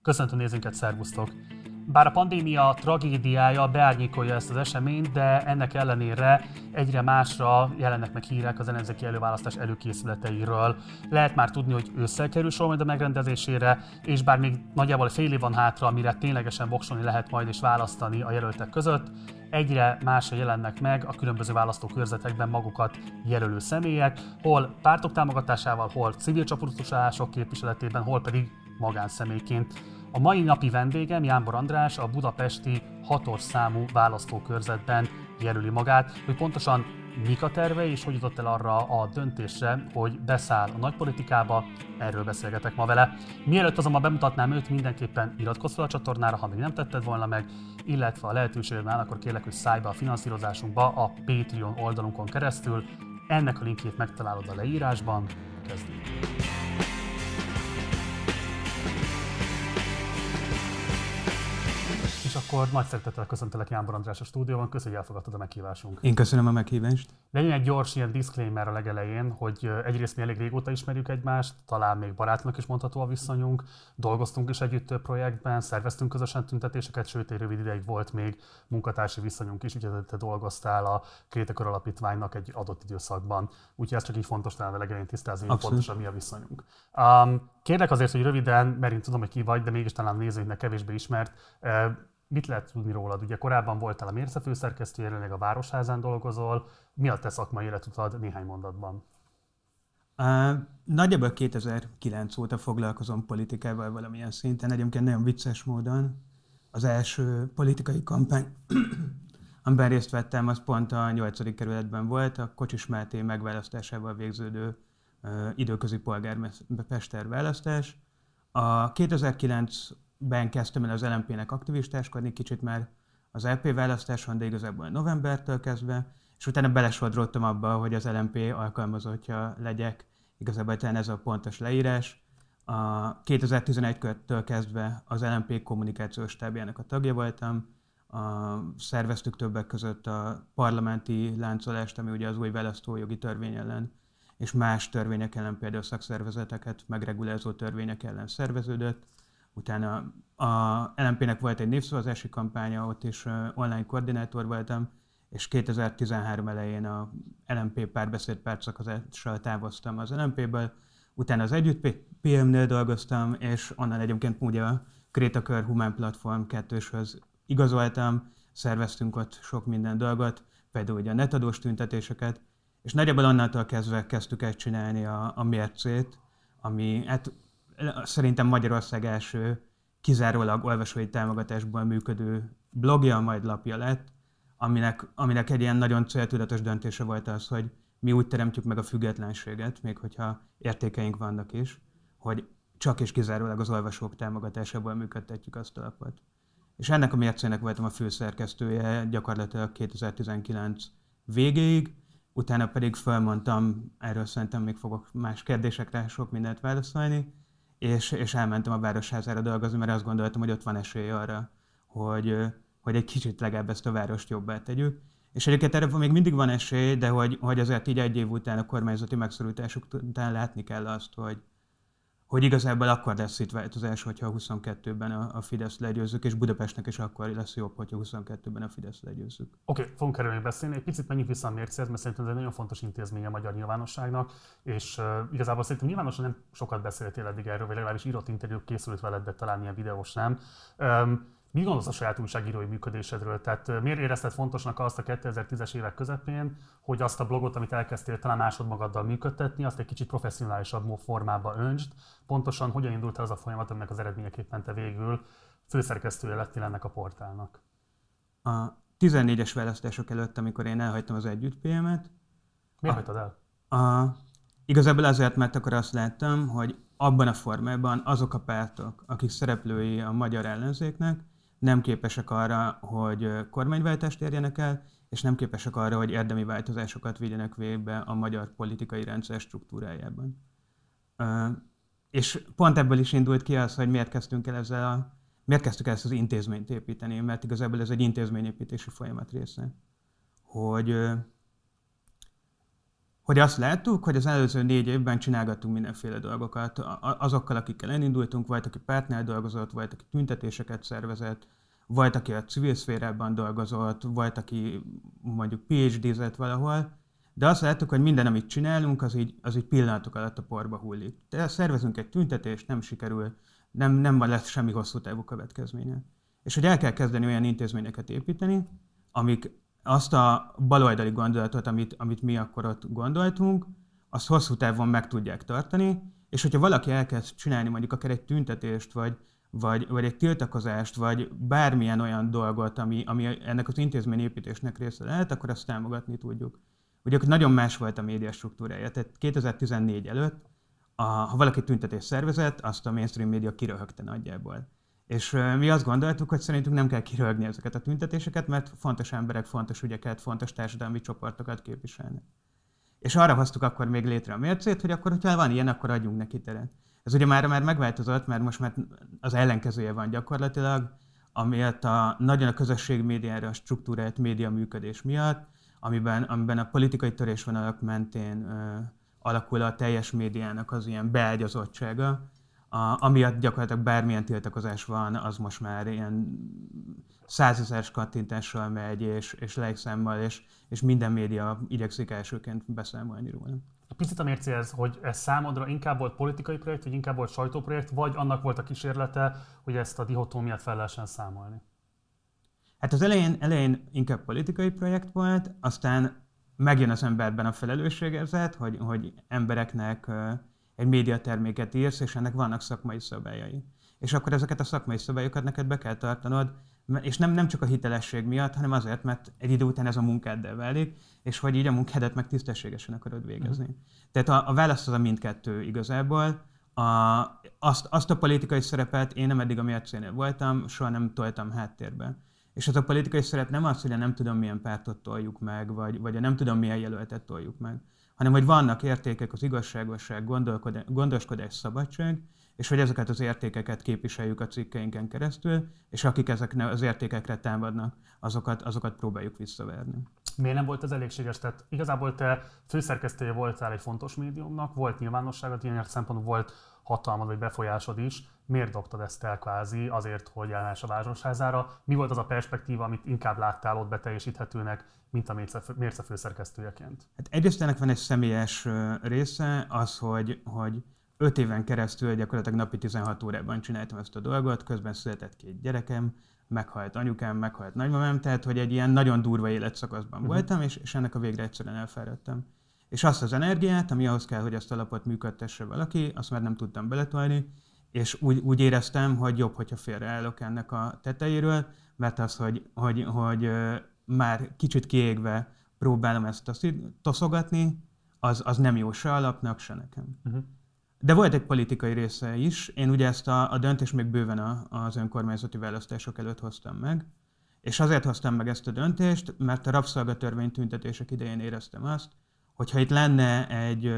Köszöntöm nézőinket, szervusztok! Bár a pandémia tragédiája beárnyékolja ezt az eseményt, de ennek ellenére egyre másra jelennek meg hírek az ellenzéki előválasztás előkészületeiről. Lehet már tudni, hogy ősszel kerül sor majd a megrendezésére, és bár még nagyjából fél év van hátra, amire ténylegesen voksolni lehet majd és választani a jelöltek között, egyre másra jelennek meg a különböző választókörzetekben magukat jelölő személyek, hol pártok támogatásával, hol civil csoportosulások képviseletében, hol pedig magánszemélyként. A mai napi vendégem Jámbor András a budapesti 6-os számú választókörzetben jelöli magát, hogy pontosan mik a tervei és hogy jutott el arra a döntésre, hogy beszáll a nagypolitikába, erről beszélgetek ma vele. Mielőtt azonban bemutatnám őt, mindenképpen iratkozz fel a csatornára, ha még nem tetted volna meg, illetve a lehetőséged áll, akkor kérlek, hogy szállj be a finanszírozásunkba a Patreon oldalunkon keresztül. Ennek a linkjét megtalálod a leírásban. Kezdjük! És akkor nagy szeretettel köszöntelek Jámbor András a stúdióban, köszönjük, hogy elfogadtad a meghívásunk. Én köszönöm a meghívást. Legyen egy gyors ilyen disclaimer a legelején, hogy egyrészt mi elég régóta ismerjük egymást, talán még barátnak is mondható a viszonyunk, dolgoztunk is együtt több projektben, szerveztünk közösen tüntetéseket, sőt egy rövid ideig volt még munkatársi viszonyunk is, úgyhogy te dolgoztál a Krétakör Alapítványnak egy adott időszakban. Úgyhogy ez csak így fontos talán a legelején tisztázni, hogy pontosan mi a viszonyunk. Kérlek azért, hogy röviden, mert én tudom, hogy ki vagy, de mégis talán a nézőinknek kevésbé ismert, mit lehet tudni rólad? Ugye korábban voltál a Mérce főszerkesztője, jelenleg a Városházán dolgozol. Mi a te szakmai életutad néhány mondatban? Nagyjából 2009 óta foglalkozom politikával valamilyen szinten, egyébként nagyon vicces módon. Az első politikai kampány, amiben részt vettem, az pont a 8. kerületben volt, a Kocsis Máté megválasztásával végződő időközi polgármester választás. A 2009-ben kezdtem el az LMP-nek aktivistáskodni, kicsit már az LP választáson, de igazából novembertől kezdve, és utána belesodródtam abba, hogy az LMP alkalmazottja legyek. Igazából talán ez a pontos leírás. A 2011-től kezdve az LMP kommunikációs stábjának a tagja voltam. Szerveztük többek között a parlamenti láncolást, ami ugye az új választójogi törvény ellen és más törvények ellen, például szakszervezeteket megregulázó törvények ellen szerveződött. Utána a LMP-nek volt egy népszavazási kampánya, ott is online koordinátor voltam, és 2013 elején a LMP párbeszéd pártszakazással távoztam az LMP-ből. Utána az Együtt PM-nél dolgoztam, és onnan egyébként ugye a Krétakör Humán Platform 2-höz igazoltam, szerveztünk ott sok minden dolgot, például ugye a netadós tüntetéseket, és nagyjából onnantól kezdve kezdtük el csinálni a Mércét, ami hát szerintem Magyarország első kizárólag olvasói támogatásból működő blogja, majd lapja lett, aminek egy ilyen nagyon céltudatos döntése volt az, hogy mi úgy teremtjük meg a függetlenséget, még hogyha értékeink vannak is, hogy csak és kizárólag az olvasók támogatásából működtetjük azt a lapot. És ennek a Mércének voltam a főszerkesztője gyakorlatilag 2019 végéig, utána pedig felmondtam, erről szerintem még fogok más kérdésekre sok mindent válaszolni, és elmentem a Városházára dolgozni, mert azt gondoltam, hogy ott van esély arra, hogy egy kicsit legalább ezt a várost jobbá tegyük. És egyébként erre még mindig van esély, de hogy azért így egy év után a kormányzati megszorítások után látni kell azt, hogy igazából akkor lesz itt változás, hogyha 22-ben a Fideszt legyőzzük, és Budapestnek is akkor lesz jobb, hogyha 22-ben a Fideszt legyőzzük. Oké, fogunk erről még beszélni. Egy picit menjünk vissza a Mércéhez, mert szerintem ez egy nagyon fontos intézmény a magyar nyilvánosságnak, és igazából szerintem nyilvánosan nem sokat beszéltél eddig erről, vagy legalábbis írott interjúk készült veled, de talán ilyen videós nem. Mi gondolsz a saját újságírói működésedről? Tehát miért érezted fontosnak azt a 2010-es évek közepén, hogy azt a blogot, amit elkezdtél talán másodmagaddal működtetni, azt egy kicsit professzionálisabb formában öntsd? Pontosan hogyan indult el az a folyamat, aminek az eredményeképpen te végül főszerkesztője lettél ennek a portálnak? A 14-es választások előtt, amikor én elhagytam az Együtt PM-et. Miért hagytad el? Igazából azért, mert akkor azt láttam, hogy abban a formában azok a pártok, akik szereplői a magyar ellenzéknek, nem képesek arra, hogy kormányváltást érjenek el, és nem képesek arra, hogy érdemi változásokat vigyenek végbe a magyar politikai rendszer struktúrájában. És pont ebből is indult ki az, hogy miért kezdtük el ezt az intézményt építeni, mert igazából ez egy intézményépítési folyamat része. Hogy hogy azt láttuk, hogy az előző 4 évben csinálgattunk mindenféle dolgokat. Azokkal, akikkel elindultunk, volt, aki pártnál dolgozott, volt, aki tüntetéseket szervezett, volt, aki a civil szférában dolgozott, volt, aki mondjuk PhD-zett valahol, de azt láttuk, hogy minden, amit csinálunk, az így pillanatok alatt a porba hullik. De szervezünk egy tüntetést, nem sikerül, nem lesz semmi hosszú távú következménye. És hogy el kell kezdeni olyan intézményeket építeni, amik azt a baloldali gondolatot, amit mi akkor ott gondoltunk, azt hosszú távon meg tudják tartani, és hogyha valaki elkezd csinálni mondjuk akár egy tüntetést, vagy egy tiltakozást, vagy bármilyen olyan dolgot, ami ennek az intézményépítésnek része lehet, akkor azt támogatni tudjuk. Ugye nagyon más volt a média struktúrája. Tehát 2014 előtt, ha valaki tüntetést szervezett, azt a mainstream média kiröhögte nagyjából. És mi azt gondoltuk, hogy szerintünk nem kell kiröhögni ezeket a tüntetéseket, mert fontos emberek, fontos ügyeket, fontos társadalmi csoportokat képviselnek. És arra hoztuk akkor még létre a mércét, hogy akkor, hogyha van ilyen, akkor adjunk neki teret. Ez ugye már megváltozott, mert most már az ellenkezője van gyakorlatilag, amiatt nagyon a közösség médiára struktúrált média működés miatt, amiben a politikai törésvonalak mentén alakul a teljes médiának az ilyen beágyazottsága, amiatt gyakorlatilag bármilyen tiltakozás van, az most már ilyen 100 000 kattintással megy, és like-számmal, és minden média igyekszik elsőként beszámolni róla. Picit a mércéhez, hogy ez számodra inkább volt politikai projekt, vagy inkább volt sajtóprojekt, vagy annak volt a kísérlete, hogy ezt a dihotómiát fel lehessen számolni? Hát az elején inkább politikai projekt volt, aztán megjön az emberben a felelősségérzet, hogy embereknek egy médiaterméket írsz, és ennek vannak szakmai szabályai. És akkor ezeket a szakmai szabályokat neked be kell tartanod, és nem csak a hitelesség miatt, hanem azért, mert egy idő után ez a munkáddal válik, és hogy így a munkádat meg tisztességesen akarod végezni. Tehát a válasz az a mindkettő igazából. Azt a politikai szerepet én nem eddig a mércénél voltam, soha nem toltam háttérbe. És ez a politikai szerep nem az, hogy nem tudom milyen pártot toljuk meg, vagy nem tudom milyen jelöltet toljuk meg, hanem hogy vannak értékek, az igazságosság, gondoskodás, szabadság, és hogy ezeket az értékeket képviseljük a cikkeinken keresztül, és akik ezeknek az értékekre támadnak, azokat próbáljuk visszaverni. Miért nem volt ez elégséges? Tehát igazából te főszerkesztője voltál egy fontos médiumnak, volt nyilvánosságod, ilyen szempontból volt hatalmad vagy befolyásod is. Miért dobtad ezt el kvázi azért, hogy elláss a Városházára? Mi volt az a perspektíva, amit inkább láttál ott beteljesíthetőnek, mint a Mérce főszerkesztőjeként? Hát egyrészt ennek van egy személyes része, az, hogy 5 éven keresztül gyakorlatilag napi 16 órában csináltam ezt a dolgot, közben született 2 gyerekem, meghalt anyukám, meghalt nagymamám, tehát hogy egy ilyen nagyon durva életszakaszban voltam, és ennek a végre egyszerűen elfáradtam. És azt az energiát, ami ahhoz kell, hogy ezt a lapot működtesse valaki, azt már nem tudtam beletolni, és úgy éreztem, hogy jobb, hogyha félreállok ennek a tetejéről, mert az, hogy már kicsit kiégve próbálom ezt toszogatni, az nem jó se a lapnak, se nekem. De volt egy politikai része is. Én ugye ezt a döntést még bőven az önkormányzati választások előtt hoztam meg, és azért hoztam meg ezt a döntést, mert a rabszolgatörvény tüntetések idején éreztem azt, hogyha itt lenne egy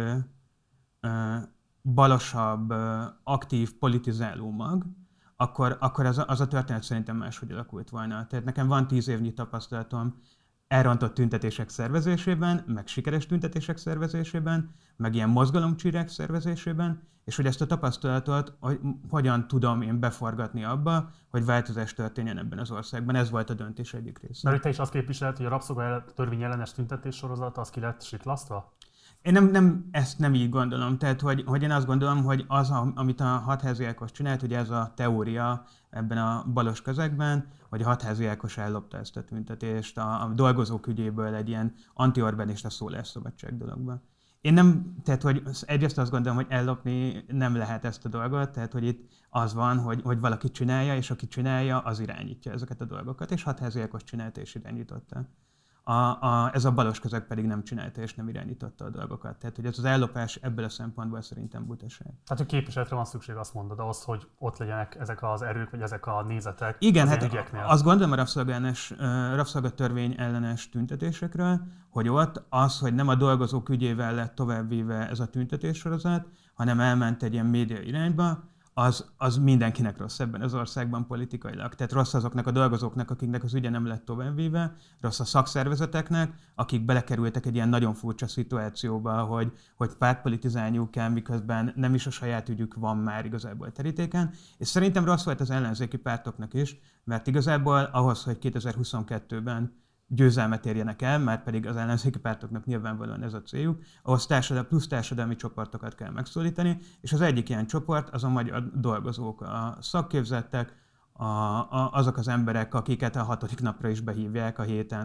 balosabb, aktív, politizáló mag, akkor az a történet szerintem máshogy alakult volna. Tehát nekem van 10 évnyi tapasztalatom elrontott tüntetések szervezésében, meg sikeres tüntetések szervezésében, meg ilyen mozgalomcsírek szervezésében, és hogy ezt a tapasztalatot hogyan tudom én beforgatni abba, hogy változás történjen ebben az országban. Ez volt a döntés egyik része. De te is azt képviseled, hogy a rabszolgatörvény ellenes tüntetés sorozata az ki lett siklasztva? Én ezt nem így gondolom. Tehát, hogy én azt gondolom, hogy az, amit a Hatházi Ákos csinált, ugye ez a teória ebben a balos közegben, hogy a Hatházi Ákos ellopta ezt a tüntetést a dolgozók ügyéből egy ilyen anti-orbánista szólásszabadság dologba. Tehát, hogy egyrészt azt gondolom, hogy ellopni nem lehet ezt a dolgot, tehát, hogy itt az van, hogy valaki csinálja, és aki csinálja, az irányítja ezeket a dolgokat, és Hatházi Ákos csinálta és irányította. Ez a balos közeg pedig nem csinálta és nem irányította a dolgokat. Tehát, hogy ez az ellopás ebből a szempontból szerintem butaság. Tehát, hogy képviseletre van szükség, azt mondod, ahhoz, hogy ott legyenek ezek az erők, vagy ezek a nézetek. Igen, hát azt gondolom a rabszolgatörvény ellenes tüntetésekről, hogy ott az, hogy nem a dolgozók ügyével lett továbbvíve ez a tüntetéssorozat, hanem elment egy ilyen média irányba, az mindenkinek rossz ebben az országban politikailag. Tehát rossz azoknak a dolgozóknak, akiknek az ügye nem lett továbbvéve, rossz a szakszervezeteknek, akik belekerültek egy ilyen nagyon furcsa szituációba, hogy pártpolitizálniuk kell, miközben nem is a saját ügyük van már igazából terítéken. És szerintem rossz volt az ellenzéki pártoknak is, mert igazából ahhoz, hogy 2022-ben győzelmet érjenek el, mert pedig az ellenzéki pártoknak nyilvánvalóan ez a céljuk, ahhoz plusz társadalmi csoportokat kell megszólítani, és az egyik ilyen csoport az a magyar dolgozók, a szakképzettek, azok az emberek, akiket a 6. napra is behívják a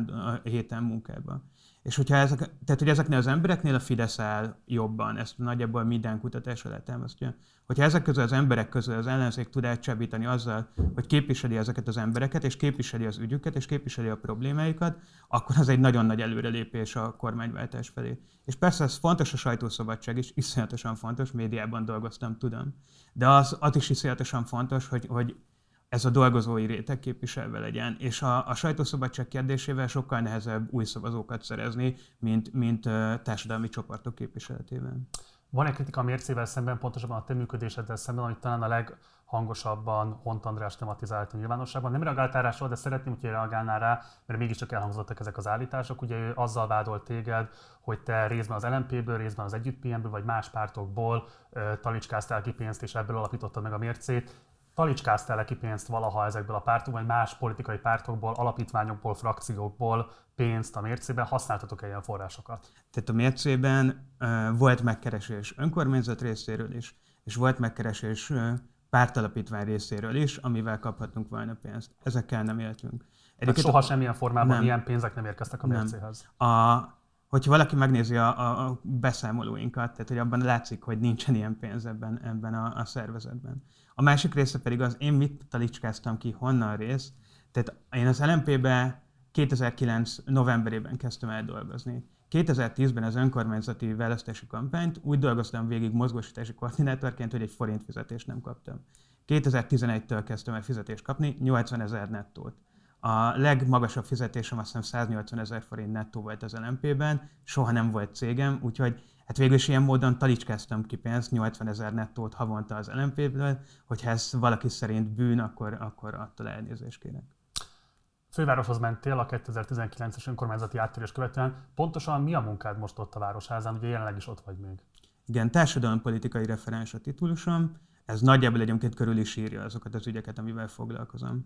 héten munkába. És tehát, hogy ezeknél az embereknél a Fidesz áll jobban, ezt nagyjából minden kutatás alátámasztja. Hogyha ezek közül az emberek közül az ellenzék tud elcsábítani azzal, hogy képviseli ezeket az embereket, és képviseli az ügyüket, és képviseli a problémáikat, akkor az egy nagyon nagy előrelépés a kormányváltás felé. És persze ez fontos, a sajtószabadság is, iszonyatosan fontos, médiában dolgoztam, tudom. De az is iszonyatosan fontos, hogy ez a dolgozói réteg képviselve legyen. És a sajtószabadság kérdésével sokkal nehezebb új szavazókat szerezni, mint társadalmi csoportok képviseletében. Van egy kritika a mércével szemben, pontosabban a te működéseddel szemben, amit talán a leghangosabban Hont András tematizált a nyilvánosságban. Nem reagáltál rá soha, de szeretném, hogy reagálnál rá, mert mégiscsak elhangzottak ezek az állítások. Ugye ő azzal vádolt téged, hogy te részben az LMP-ből, részben az Együtt-PM-ből, vagy más pártokból talicskáztál ki pénzt, és ebből alapítottad meg a mércét. Talicskáztál-e ki pénzt valaha ezekből a pártokból, vagy más politikai pártokból, alapítványokból, frakciókból pénzt a mércében? Használtatok-e ilyen forrásokat? Tehát a mércében volt megkeresés önkormányzat részéről is, és volt megkeresés pártalapítvány részéről is, amivel kaphatunk volna pénzt. Ezekkel nem éltünk. Tehát soha semmilyen formában ilyen pénzek nem érkeztek a mércéhez? Hogyha valaki megnézi a beszámolóinkat, tehát hogy abban látszik, hogy nincsen ilyen pénz ebben a szervezetben. A másik része pedig az, én mit talicskáztam ki, honnan rész. Tehát én az LMP-be 2009. novemberében kezdtem el dolgozni. 2010-ben az önkormányzati választási kampányt úgy dolgoztam végig mozgósítási koordinátorként, hogy egy forint fizetést nem kaptam. 2011-től kezdtem el fizetést kapni, 80 000 nettót. A legmagasabb fizetésem azt hiszem 180 000 forint nettó volt az LMP-ben, soha nem volt cégem, úgyhogy hát végül is ilyen módon talicskáztam ki pénzt, 80 000 nettót havonta az LMP-ből, hogyha ez valaki szerint bűn, akkor attól elnézést kérek. Fővároshoz mentél a 2019-es önkormányzati áttörés követően. Pontosan mi a munkád most ott a Városházán? Ugye jelenleg is ott vagy még. Igen, társadalompolitikai referens a titulusom. Ez nagyjából egyébként körül is írja azokat az ügyeket, amivel foglalkozom.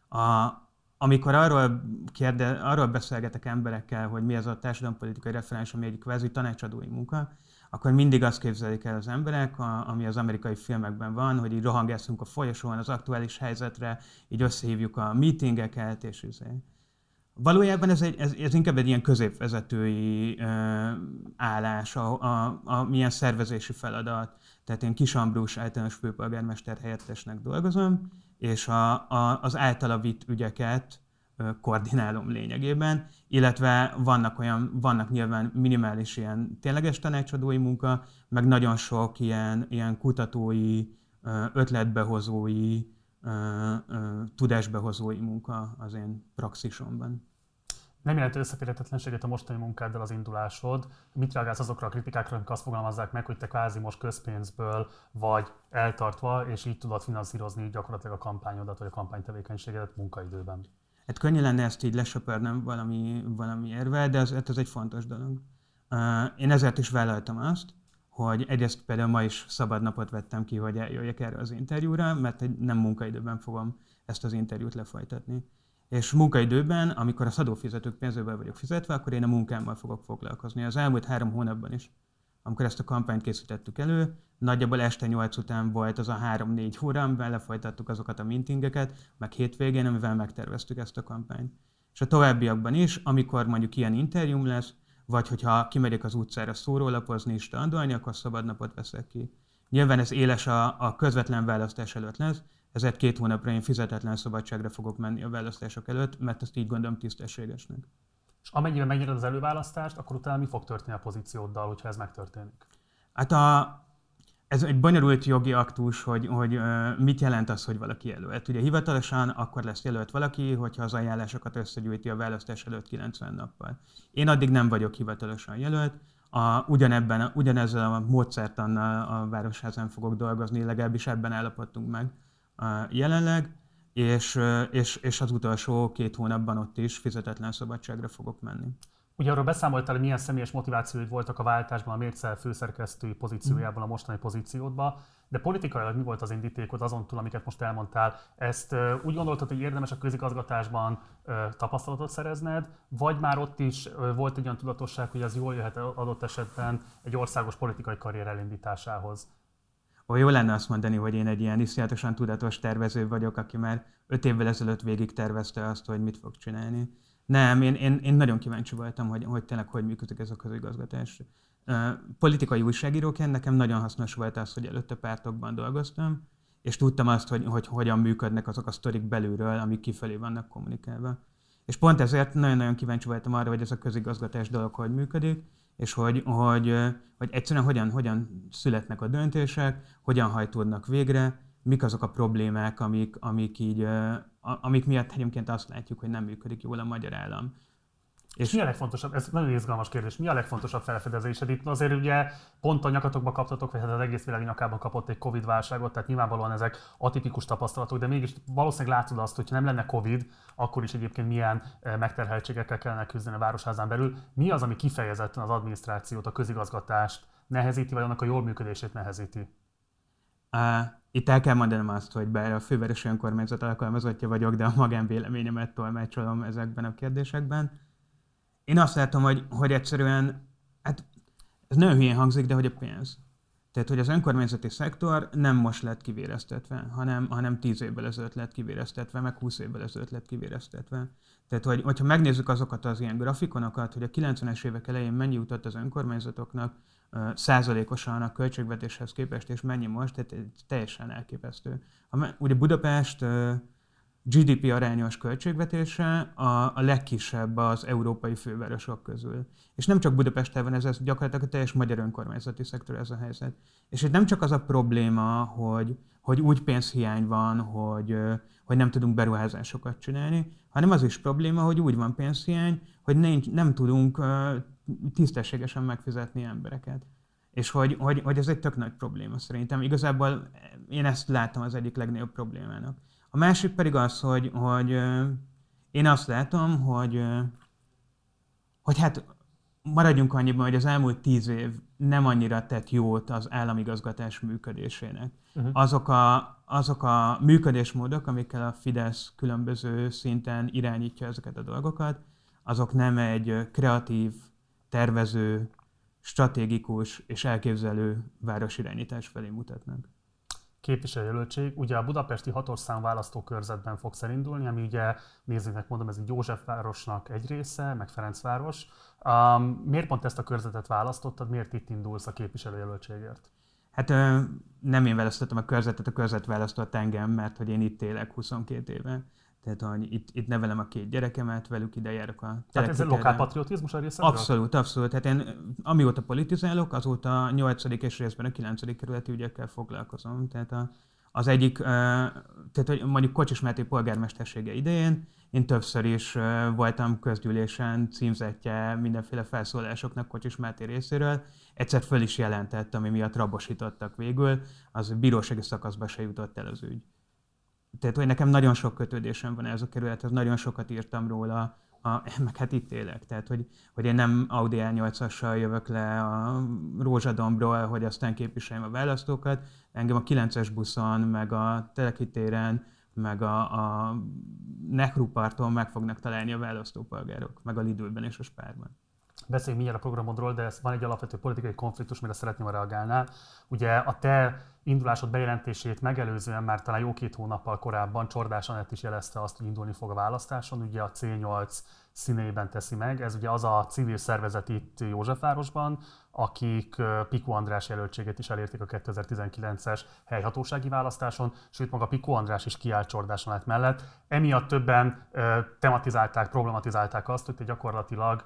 Amikor arról beszélgetek emberekkel, hogy mi ez a társadalompolitikai referens, ami egy kvázi tanácsadói munka, akkor mindig azt képzelik el az emberek, ami az amerikai filmekben van, hogy így rohangászunk a folyosón az aktuális helyzetre, így összehívjuk a meetingeket, és valójában ez inkább egy ilyen középvezetői állás, milyen szervezési feladat. Tehát én Kis Ambrus általános főpolgármester helyettesnek dolgozom, és az általa vitt ügyeket koordinálom lényegében, illetve vannak nyilván minimális ilyen tényleges tanácsadói munka, meg nagyon sok ilyen kutatói, ötletbehozói, tudásbehozói munka az én praxisomban. Nem jelent összeférhetetlenséget a mostani munkáddal az indulásod. Mit reagálsz azokra a kritikákra, amik azt fogalmazzák meg, hogy te kvázi most közpénzből vagy eltartva, és így tudod finanszírozni gyakorlatilag a kampányodat, vagy a kampánytevékenységedet munkaidőben? Hát könnyű lenne ezt így lesöpörnem valami érvel, de ez egy fontos dolog. Én ezért is vállaltam azt, hogy egyrészt például ma is szabad napot vettem ki, hogy eljöjjek erre az interjúra, mert nem munkaidőben fogom ezt az interjút lefolytatni. És munkaidőben, amikor az adófizetők pénzéből vagyok fizetve, akkor én a munkámmal fogok foglalkozni. Az elmúlt 3 hónapban is, amikor ezt a kampányt készítettük elő, nagyjából este 8 után volt az a 3-4 óra, amivel lefolytattuk azokat a meetingeket, meg hétvégén, amivel megterveztük ezt a kampányt. És a továbbiakban is, amikor mondjuk ilyen interjúm lesz, vagy hogyha kimegyek az utcára szórólapozni és standolni, akkor szabad napot veszek ki. Nyilván ez éles a közvetlen választás előtt lesz, ezért 2 hónapra én fizetetlen szabadságra fogok menni a választások előtt, mert ezt így gondolom tisztességesnek. És amennyiben megnyered az előválasztást, akkor utána mi fog történni a pozícióddal, hogyha ez megtörténik? Hát ez egy bonyolult jogi aktus, hogy mit jelent az, hogy valaki jelölt. Ugye hivatalosan akkor lesz jelölt valaki, hogyha az ajánlásokat összegyűjti a választás előtt 90 nappal. Én addig nem vagyok hivatalosan jelölt, ugyanezzel a módszertannal a Városházán fogok dolgozni, legalábbis ebben állapodtunk meg jelenleg, és az utolsó 2 hónapban ott is fizetetlen szabadságra fogok menni. Ugye arról beszámoltál, hogy milyen személyes motivációid voltak a váltásban a Mérce főszerkesztői pozíciójában a mostani pozíciódban, de politikailag mi volt az indítékod azon túl, amiket most elmondtál? Ezt úgy gondoltad, hogy érdemes a közigazgatásban tapasztalatot szerezned, vagy már ott is volt egy olyan tudatosság, hogy az jól jöhet adott esetben egy országos politikai karrier elindításához? Jó lenne azt mondani, hogy én egy ilyen iszonyatosan tudatos tervező vagyok, aki már 5 évvel ezelőtt végig tervezte azt, hogy mit fog csinálni. Nem, én nagyon kíváncsi voltam, hogy tényleg hogy működik ez a közigazgatás. Politikai újságíróként nekem nagyon hasznos volt az, hogy előtte pártokban dolgoztam, és tudtam azt, hogy hogyan működnek azok a sztorik belülről, amik kifelé vannak kommunikálva. És pont ezért nagyon-nagyon kíváncsi voltam arra, hogy ez a közigazgatás dolog hogy működik, és hogy egyszerűen hogyan születnek a döntések, hogyan hajtódnak végre, mik azok a problémák, amik miatt egyébként azt látjuk, hogy nem működik jól a magyar állam. És mi a legfontosabb, ez nagyon izgalmas kérdés, mi a legfontosabb felfedezésed? Itt azért ugye pont a nyakatokba kaptatok, vagy hát az egész világ nyakában kapott egy Covid válságot, tehát nyilvánvalóan ezek atipikus tapasztalatok, de mégis valószínűleg látod azt, hogy ha nem lenne Covid, akkor is egyébként milyen megterheltségekkel kellene küzdeni a Városházán belül. Mi az, ami kifejezetten az adminisztrációt, a közigazgatást nehezíti, vagy annak a jól működését nehezíti? Itt el kell mondanom azt, hogy bár a fővárosi önkormányzat alkalmazottja vagyok, de a magánvéleményemet tolmácsolom ezekben a kérdésekben. Én azt látom, hogy egyszerűen, hát ez nagyon hülyén hangzik, de hogy a pénz. Tehát, hogy az önkormányzati szektor nem most lett kivéreztetve, hanem 10 évvel ezelőtt lett kivéreztetve, meg 20 évvel ezelőtt lett kivéreztetve. Tehát, hogyha megnézzük azokat az ilyen grafikonokat, hogy a 90-es évek elején mennyi jutott az önkormányzatoknak százalékosan a költségvetéshez képest, és mennyi most, tehát teljesen elképesztő. Ugye Budapest GDP arányos költségvetése a legkisebb az európai fővárosok közül. És nem csak Budapesten van ez gyakorlatilag a teljes magyar önkormányzati szektor ez a helyzet. És itt nem csak az a probléma, hogy úgy pénzhiány van, hogy nem tudunk beruházásokat csinálni, hanem az is probléma, hogy úgy van pénzhiány, hogy nem tudunk tisztességesen megfizetni embereket. És hogy ez egy tök nagy probléma szerintem. Igazából én ezt láttam az egyik legnagyobb problémának. A másik pedig az, hogy én azt látom, hogy hát maradjunk annyiban, hogy az elmúlt 10 év nem annyira tett jót az államigazgatás működésének. Azok a működésmódok, amikkel a Fidesz különböző szinten irányítja ezeket a dolgokat, azok nem egy kreatív, tervező, stratégikus és elképzelő városirányítás felé mutatnak. Képviselőjelöltség, ugye a budapesti 6-os számú választókörzetben fogsz elindulni, ami ugye nézőknek mondom, ez egy Józsefvárosnak egy része, meg Ferencváros. Miért pont ezt a körzetet választottad, miért itt indulsz a képviselőjelöltségért? Hát nem én választottam a körzet választott engem, mert hogy én itt élek 22 éve. Tehát, hogy itt nevelem a 2 gyerekemet, velük ide járok a telephelyre. Tehát ez egy lokálpatriotizmus a részedről? Abszolút. Tehát én amióta politizálok, azóta 8. és részben a 9. kerületi ügyekkel foglalkozom. Tehát az egyik, tehát hogy mondjuk Kocsis Máté polgármestersége idején én többször is voltam közgyűlésen címzettje mindenféle felszólásoknak Kocsis Máté részéről. Egyszer föl is jelentett, ami miatt rabosítottak végül, az bírósági szakaszba se jutott el az ügy. Tehát, hogy nekem nagyon sok kötődésem van ez a kerülethez, nagyon sokat írtam róla, meg hát itt élek. Tehát, hogy én nem Audi A8-assal jövök le a Rózsadombról, hogy aztán képviseljem a választókat. Engem a 9-es buszon, meg a Teleki téren, meg a Nehru parton meg fognak találni a választópolgárok, meg a Lidlben és a Spárban. Beszéljünk mindjárt a programodról, de van egy alapvető politikai konfliktus, mire szeretném, ha reagálnál. Ugye a te indulásod bejelentését megelőzően már talán jó 2 hónappal korábban Csordás Anett is jelezte azt, hogy indulni fog a választáson, ugye a C8 színeiben teszi meg. Ez ugye az a civil szervezet itt Józsefvárosban, akik Piko András jelöltséget is elérték a 2019-es helyhatósági választáson, sőt maga Piko András is kiállt Csordás Anett mellett. Emiatt többen problematizálták azt, hogy te gyakorlatilag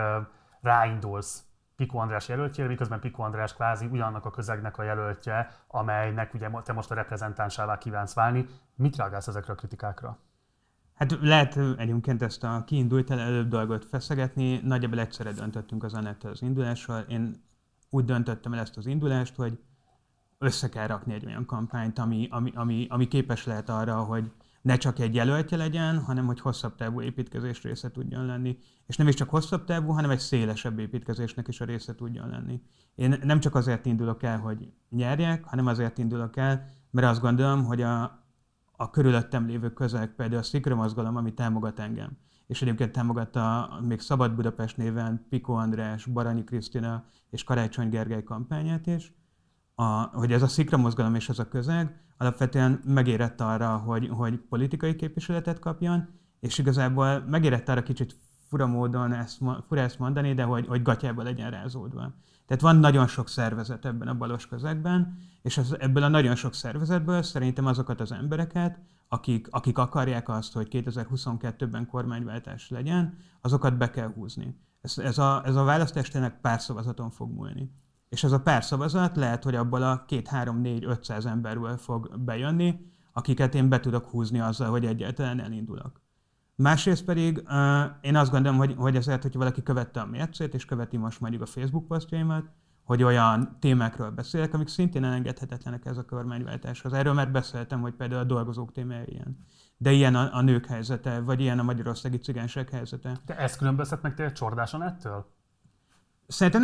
ráindulsz Piko András jelöltjére, miközben Piko András kvázi ugyanannak a közegnek a jelöltje, amelynek ugye te most a reprezentánsává kívánsz válni. Mit reagálsz ezekre a kritikákra? Hát lehet egyébként ezt a kiindult előbb dolgot feszegetni, nagyjából egyszerre döntöttünk az Anettel az indulással. Én úgy döntöttem el ezt az indulást, hogy össze kell rakni egy olyan kampányt, ami képes lehet arra, hogy ne csak egy jelöltje legyen, hanem hogy hosszabb távú építkezés része tudjon lenni. És nem is csak hosszabb távú, hanem egy szélesebb építkezésnek is a része tudjon lenni. Én nem csak azért indulok el, hogy nyerjek, hanem azért indulok el, mert azt gondolom, hogy a körülöttem lévő közeg, például a Szikra mozgalom, ami támogat engem, és egyébként támogatta még Szabad Budapest néven Piko András, Baranyi Krisztina és Karácsony Gergely kampányát is, hogy ez a Szikra mozgalom és ez a közeg alapvetően megérett arra, hogy politikai képviseletet kapjon, és igazából megérett arra kicsit fura módon, fura ezt mondani, de hogy gatyába legyen rázódva. Tehát van nagyon sok szervezet ebben a balos közegben, és ebből a nagyon sok szervezetből szerintem azokat az embereket, akik akarják azt, hogy 2022-ben kormányváltás legyen, azokat be kell húzni. Ez a választás tényleg pár szavazaton fog múlni. És ez a pár szavazat lehet, hogy abból a 2-3-4-500 emberből fog bejönni, akiket én be tudok húzni azzal, hogy egyáltalán elindulok. Másrészt pedig én azt gondolom, hogy azért, hogyha valaki követte a mércét, és követi most mondjuk a Facebook posztjaimat, hogy olyan témákról beszélek, amik szintén elengedhetetlenek ez a kormánywáltáshoz. Erről már beszéltem, hogy például a dolgozók témája ilyen. De ilyen a nők helyzete, vagy ilyen a magyarországi cigányság helyzete. De ez különböztet meg tényleg csordáson ettől? Szerintem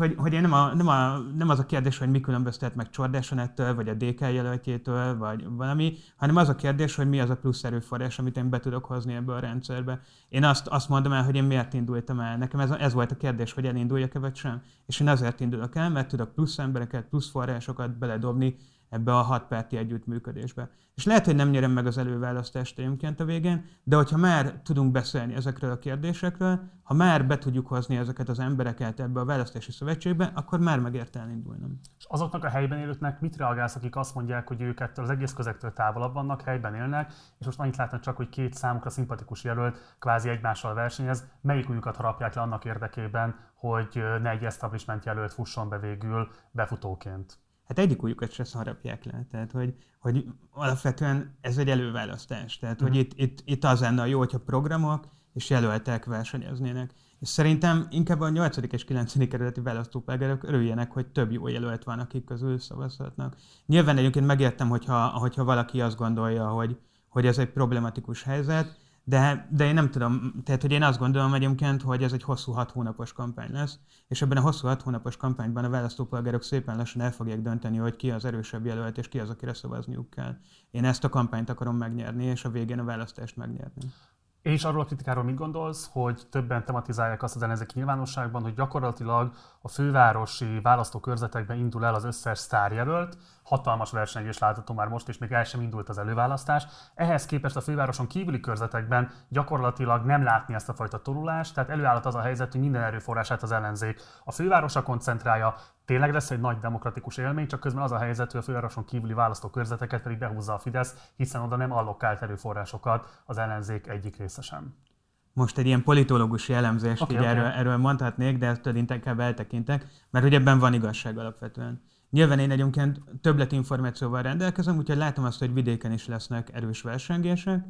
nem az a kérdés, hogy mi különböztet meg Csordáson ettől, vagy a DK jelöltjétől, vagy valami, hanem az a kérdés, hogy mi az a plusz erőforrás, amit én be tudok hozni ebbe a rendszerbe. Én azt mondom el, hogy én miért indultam el. Nekem ez volt a kérdés, hogy elinduljak-e vagy sem. És én azért indulok el, mert tudok plusz embereket, plusz forrásokat beledobni ebbe a 6 párti együttműködésbe. És lehet, hogy nem nyerem meg az előválasztást egyébként a végén, de hogyha már tudunk beszélni ezekről a kérdésekről, ha már be tudjuk hozni ezeket az embereket ebbe a választási szövetségbe, akkor már megérte elindulnom. És azoknak a helyben élőknek mit reagálsz, akik azt mondják, hogy ők ettől az egész közegtől távolabb vannak, helyben élnek, és most annyit látnak csak, hogy két számukra szimpatikus jelölt kvázi egymással versenyez, melyik újukat harapják le annak érdekében, hogy ne egy establishment jelölt fusson be végül befutóként? Hát egyik ujjukat se harapják le. Tehát, hogy alapvetően ez egy előválasztás. Tehát, hogy itt az lenne jó, hogyha programok és jelöltek versenyeznének. És szerintem inkább a 8. és 9. kerületi választópolgárok örüljenek, hogy több jó jelölt van, akik közül szavazhatnak. Nyilván egyébként megértem, hogyha valaki azt gondolja, hogy ez egy problematikus helyzet, de én nem tudom, tehát hogy én azt gondolom egyébként, hogy ez egy hosszú 6 hónapos kampány lesz, és ebben a hosszú 6 hónapos kampányban a választópolgárok szépen lassan el fogják dönteni, hogy ki az erősebb jelölt, és ki az, akire szavazniuk kell. Én ezt a kampányt akarom megnyerni, és a végén a választást megnyerni. És arról a kritikáról mit gondolsz, hogy többen tematizálják azt az ellenzéki nyilvánosságban, hogy gyakorlatilag a fővárosi választókörzetekben indul el az összes sztárjelölt, hatalmas versengés látható már most, és még el sem indult az előválasztás. Ehhez képest a fővároson kívüli körzetekben gyakorlatilag nem látni ezt a fajta torulást, tehát előállhat az a helyzet, hogy minden erőforrását az ellenzék a fővárosra koncentrálja. Tényleg lesz egy nagy demokratikus élmény, csak közben az a helyzet, hogy a fővároson kívüli választókörzeteket pedig behúzza a Fidesz, hiszen oda nem allokált erőforrásokat az ellenzék egyik része sem. Most egy ilyen politológusi elemzést erről mondhatnék, de ezt inkább eltekintek, mert hogy ebben van igazság alapvetően. Nyilván én egyébként többletinformációval rendelkezem, úgyhogy látom azt, hogy vidéken is lesznek erős versengések,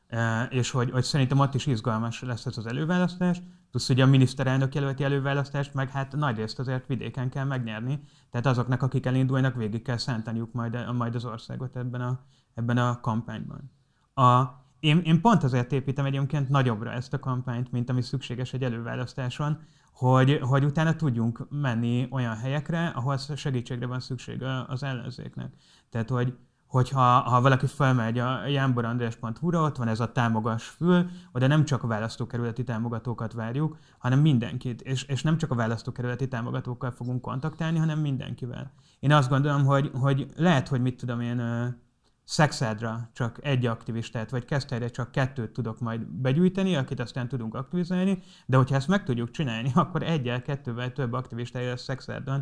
és hogy szerintem ott is izgalmas lesz ez az előválasztás. Plusz ugye a miniszterelnök jelölti előválasztást, meg hát nagyrészt azért vidéken kell megnyerni. Tehát azoknak, akik elindulnak, végig kell szántaniuk majd az országot ebben a kampányban. Én pont azért építem egyébként nagyobbra ezt a kampányt, mint ami szükséges egy előválasztáson, hogy utána tudjunk menni olyan helyekre, ahol segítségre van szükség az ellenzéknek. Tehát, hogyha valaki felmegy a janborandrás.hu-ra, ott van ez a támogass fül, oda nem csak a választókerületi támogatókat várjuk, hanem mindenkit. És nem csak a választókerületi támogatókkal fogunk kontaktálni, hanem mindenkivel. Én azt gondolom, hogy lehet, hogy mit tudom én, Szexádra csak egy aktivistát, vagy Keszthelyre csak 2 tudok majd begyűjteni, akit aztán tudunk aktivizálni, de hogyha ezt meg tudjuk csinálni, akkor 1-2-vel több aktivistája lesz Szexádon,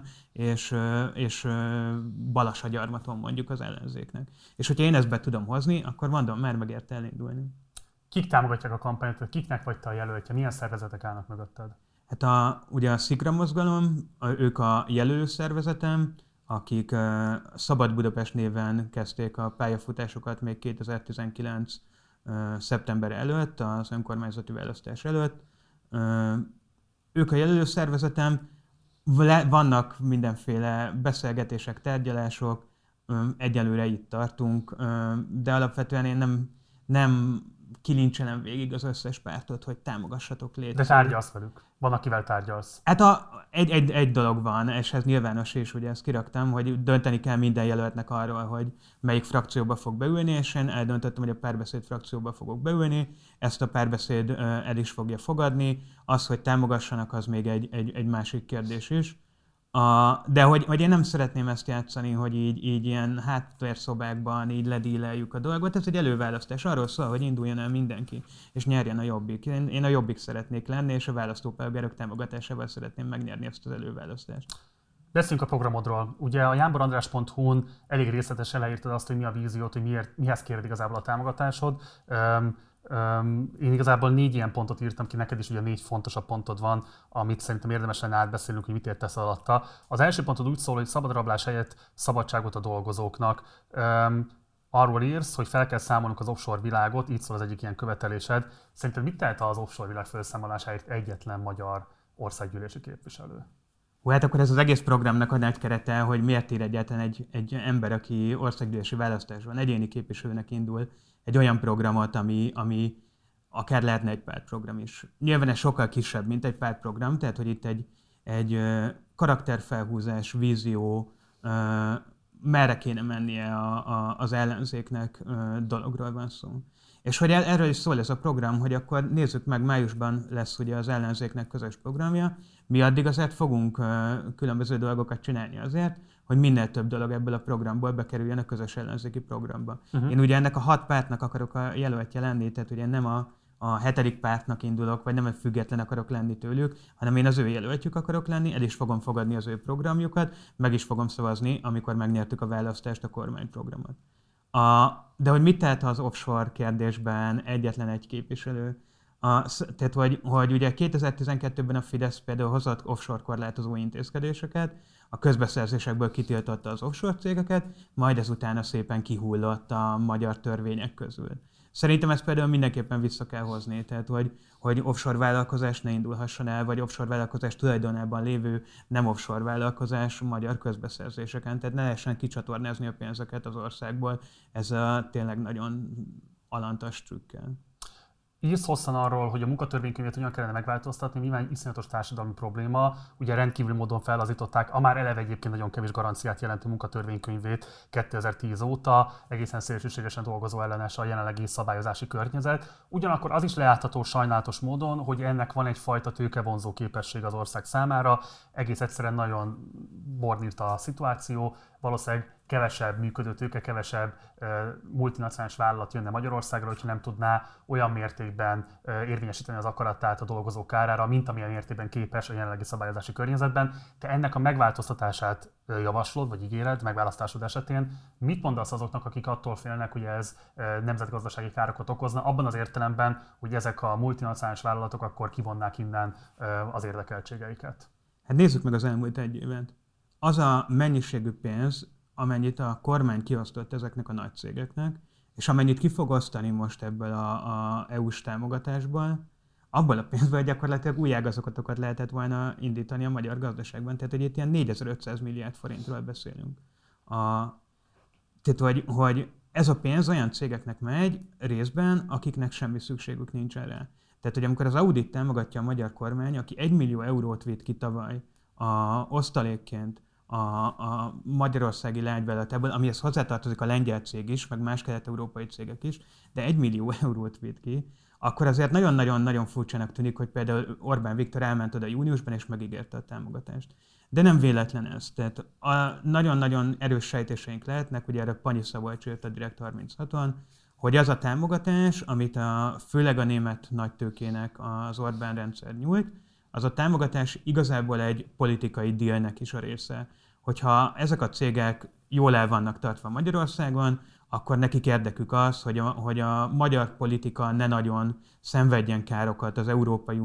és Balassagyarmaton mondjuk az ellenzéknek. És hogyha én ezt be tudom hozni, akkor mondom, már megérte elindulni. Kik támogatják a kampányt, kiknek vagy te a jelöltje, milyen szervezetek állnak mögötted? Hát ugye a Szikra mozgalom, ők a jelölő szervezetem, akik Szabad Budapest néven kezdték a pályafutásukat még 2019 szeptember előtt, az önkormányzati választás előtt. Ők a jelölőszervezetem, vannak mindenféle beszélgetések, tárgyalások, egyelőre itt tartunk, de alapvetően én nem kilincselem végig az összes pártot, hogy támogassatok létre. De tárgyalsz velük? Van, akivel tárgyalsz? Hát egy dolog van, és ez nyilvános is, ugye ezt kiraktam, hogy dönteni kell minden jelöltnek arról, hogy melyik frakcióba fog beülni, és én eldöntöttem, hogy a Párbeszéd frakcióba fogok beülni, ezt a Párbeszéd el is fogja fogadni, az, hogy támogassanak, az még egy másik kérdés is. De hogy én nem szeretném ezt játszani, hogy így ilyen háttérszobákban így ledíleljük a dolgot. Ez egy előválasztás. Arról szól, hogy induljon el mindenki, és nyerjen a Jobbik. Én a Jobbik szeretnék lenni, és a választópolgárok támogatásával szeretném megnyerni ezt az előválasztást. Beszéljünk a programodról. Ugye a jánborandrás.hu-n elég részletesen leírtad azt, hogy mi a víziót, hogy mihez kéred igazából a támogatásod. Én igazából 4 ilyen pontot írtam ki, neked is ugye 4 fontosabb pontod van, amit szerintem érdemes lenne átbeszélnünk, hogy mit értesz alatta. Az első pontod úgy szól, hogy szabadrablás helyett szabadságot a dolgozóknak. Arról írsz, hogy fel kell számolnunk az offshore világot, így szól az egyik ilyen követelésed. Szerinted mit tehet az offshore világ felszámolásáért egyetlen magyar országgyűlési képviselő? Hát akkor ez az egész programnak a nagy kerete, hogy miért ír egyáltalán egy ember, aki országgyűlési választáson egyéni képviselőnek indul, egy olyan programot, ami akár lehetne egy pártprogram is. Nyilván ez sokkal kisebb, mint egy pártprogram, tehát hogy itt egy karakterfelhúzás, vízió, merre kéne mennie az ellenzéknek dologról van szó. És hogy erről is szól ez a program, hogy akkor nézzük meg, májusban lesz ugye az ellenzéknek közös programja, mi addig azért fogunk különböző dolgokat csinálni azért, hogy minél több dolog ebből a programból bekerüljön a közös ellenzéki programba. Én ugye ennek a 6 pártnak akarok a jelöltje lenni, tehát ugye nem a 7. pártnak indulok, vagy nem egy független akarok lenni tőlük, hanem én az ő jelöltjük akarok lenni, el is fogom fogadni az ő programjukat, meg is fogom szavazni, amikor megnyertük a választást, a kormányprogramot. De hogy mit tehet az offshore kérdésben egyetlen egy képviselő? Tehát, hogy ugye 2012-ben a Fidesz például hozott offshore korlátozó intézkedéseket, a közbeszerzésekből kitiltotta az offshore cégeket, majd ezután szépen kihullott a magyar törvények közül. Szerintem ezt például mindenképpen vissza kell hozni, tehát hogy offshore vállalkozás ne indulhasson el, vagy offshore vállalkozás tulajdonában lévő nem offshore vállalkozás magyar közbeszerzéseken, tehát ne lehessen kicsatornázni a pénzeket az országból, ez tényleg nagyon alantas trükkel. Írsz hosszan arról, hogy a munkatörvénykönyvet hogyan kellene megváltoztatni, nyilván egy iszonyatos társadalmi probléma, ugye rendkívül módon fellazították a már eleve egyébként nagyon kevés garanciát jelentő munkatörvénykönyvét 2010 óta, egészen szélsőségesen dolgozó ellenes a jelenlegi szabályozási környezet. Ugyanakkor az is leátható sajnálatos módon, hogy ennek van egyfajta tőkevonzó képesség az ország számára, egész egyszerűen nagyon bornírt a szituáció, valószínűleg kevesebb működő tőke, kevesebb multinacionális vállalat jönne Magyarországra, hogyha nem tudná olyan mértékben érvényesíteni az akaratát a dolgozók kárára, mint amilyen mértékben képes a jelenlegi szabályozási környezetben. Te ennek a megváltoztatását javaslod, vagy ígéred megválasztásod esetén. Mit mondasz azoknak, akik attól félnek, hogy ez nemzetgazdasági károkat okozna, abban az értelemben, hogy ezek a multinacionális vállalatok akkor kivonnák innen az érdekeltségeiket? Hát nézzük meg az elmúlt 1 évet. Az a mennyiségű pénz, amennyit a kormány kiosztott ezeknek a nagy cégeknek, és amennyit ki fog osztani most ebből a EU-s támogatásból, abból a pénzből gyakorlatilag új ágazatokat lehetett volna indítani a magyar gazdaságban. Tehát, hogy itt ilyen 4500 milliárd forintról beszélünk. Tehát, hogy ez a pénz olyan cégeknek megy részben, akiknek semmi szükségük nincs erre. Tehát, hogy amikor az Audit támogatja a magyar kormány, aki 1 millió eurót vitt ki tavaly osztalékként a magyarországi lágyvállalatából, amihez hozzátartozik a lengyel cég is, meg más kelet-európai cégek is, de 1 millió eurót vitt ki, akkor azért nagyon-nagyon-nagyon furcsának tűnik, hogy például Orbán Viktor elment oda júniusban és megígérte a támogatást. De nem véletlen ez. Tehát nagyon-nagyon erős sejtéseink lehetnek, ugye erre Panyi Szabolcs írt a Direkt 36-on, hogy az a támogatás, amit főleg a német nagytőkének az Orbán rendszer nyújt, az a támogatás igazából egy politikai dealnek is a része. Hogyha ezek a cégek jól el vannak tartva Magyarországon, akkor nekik érdekük az, hogy a magyar politika ne nagyon szenvedjen károkat az Európai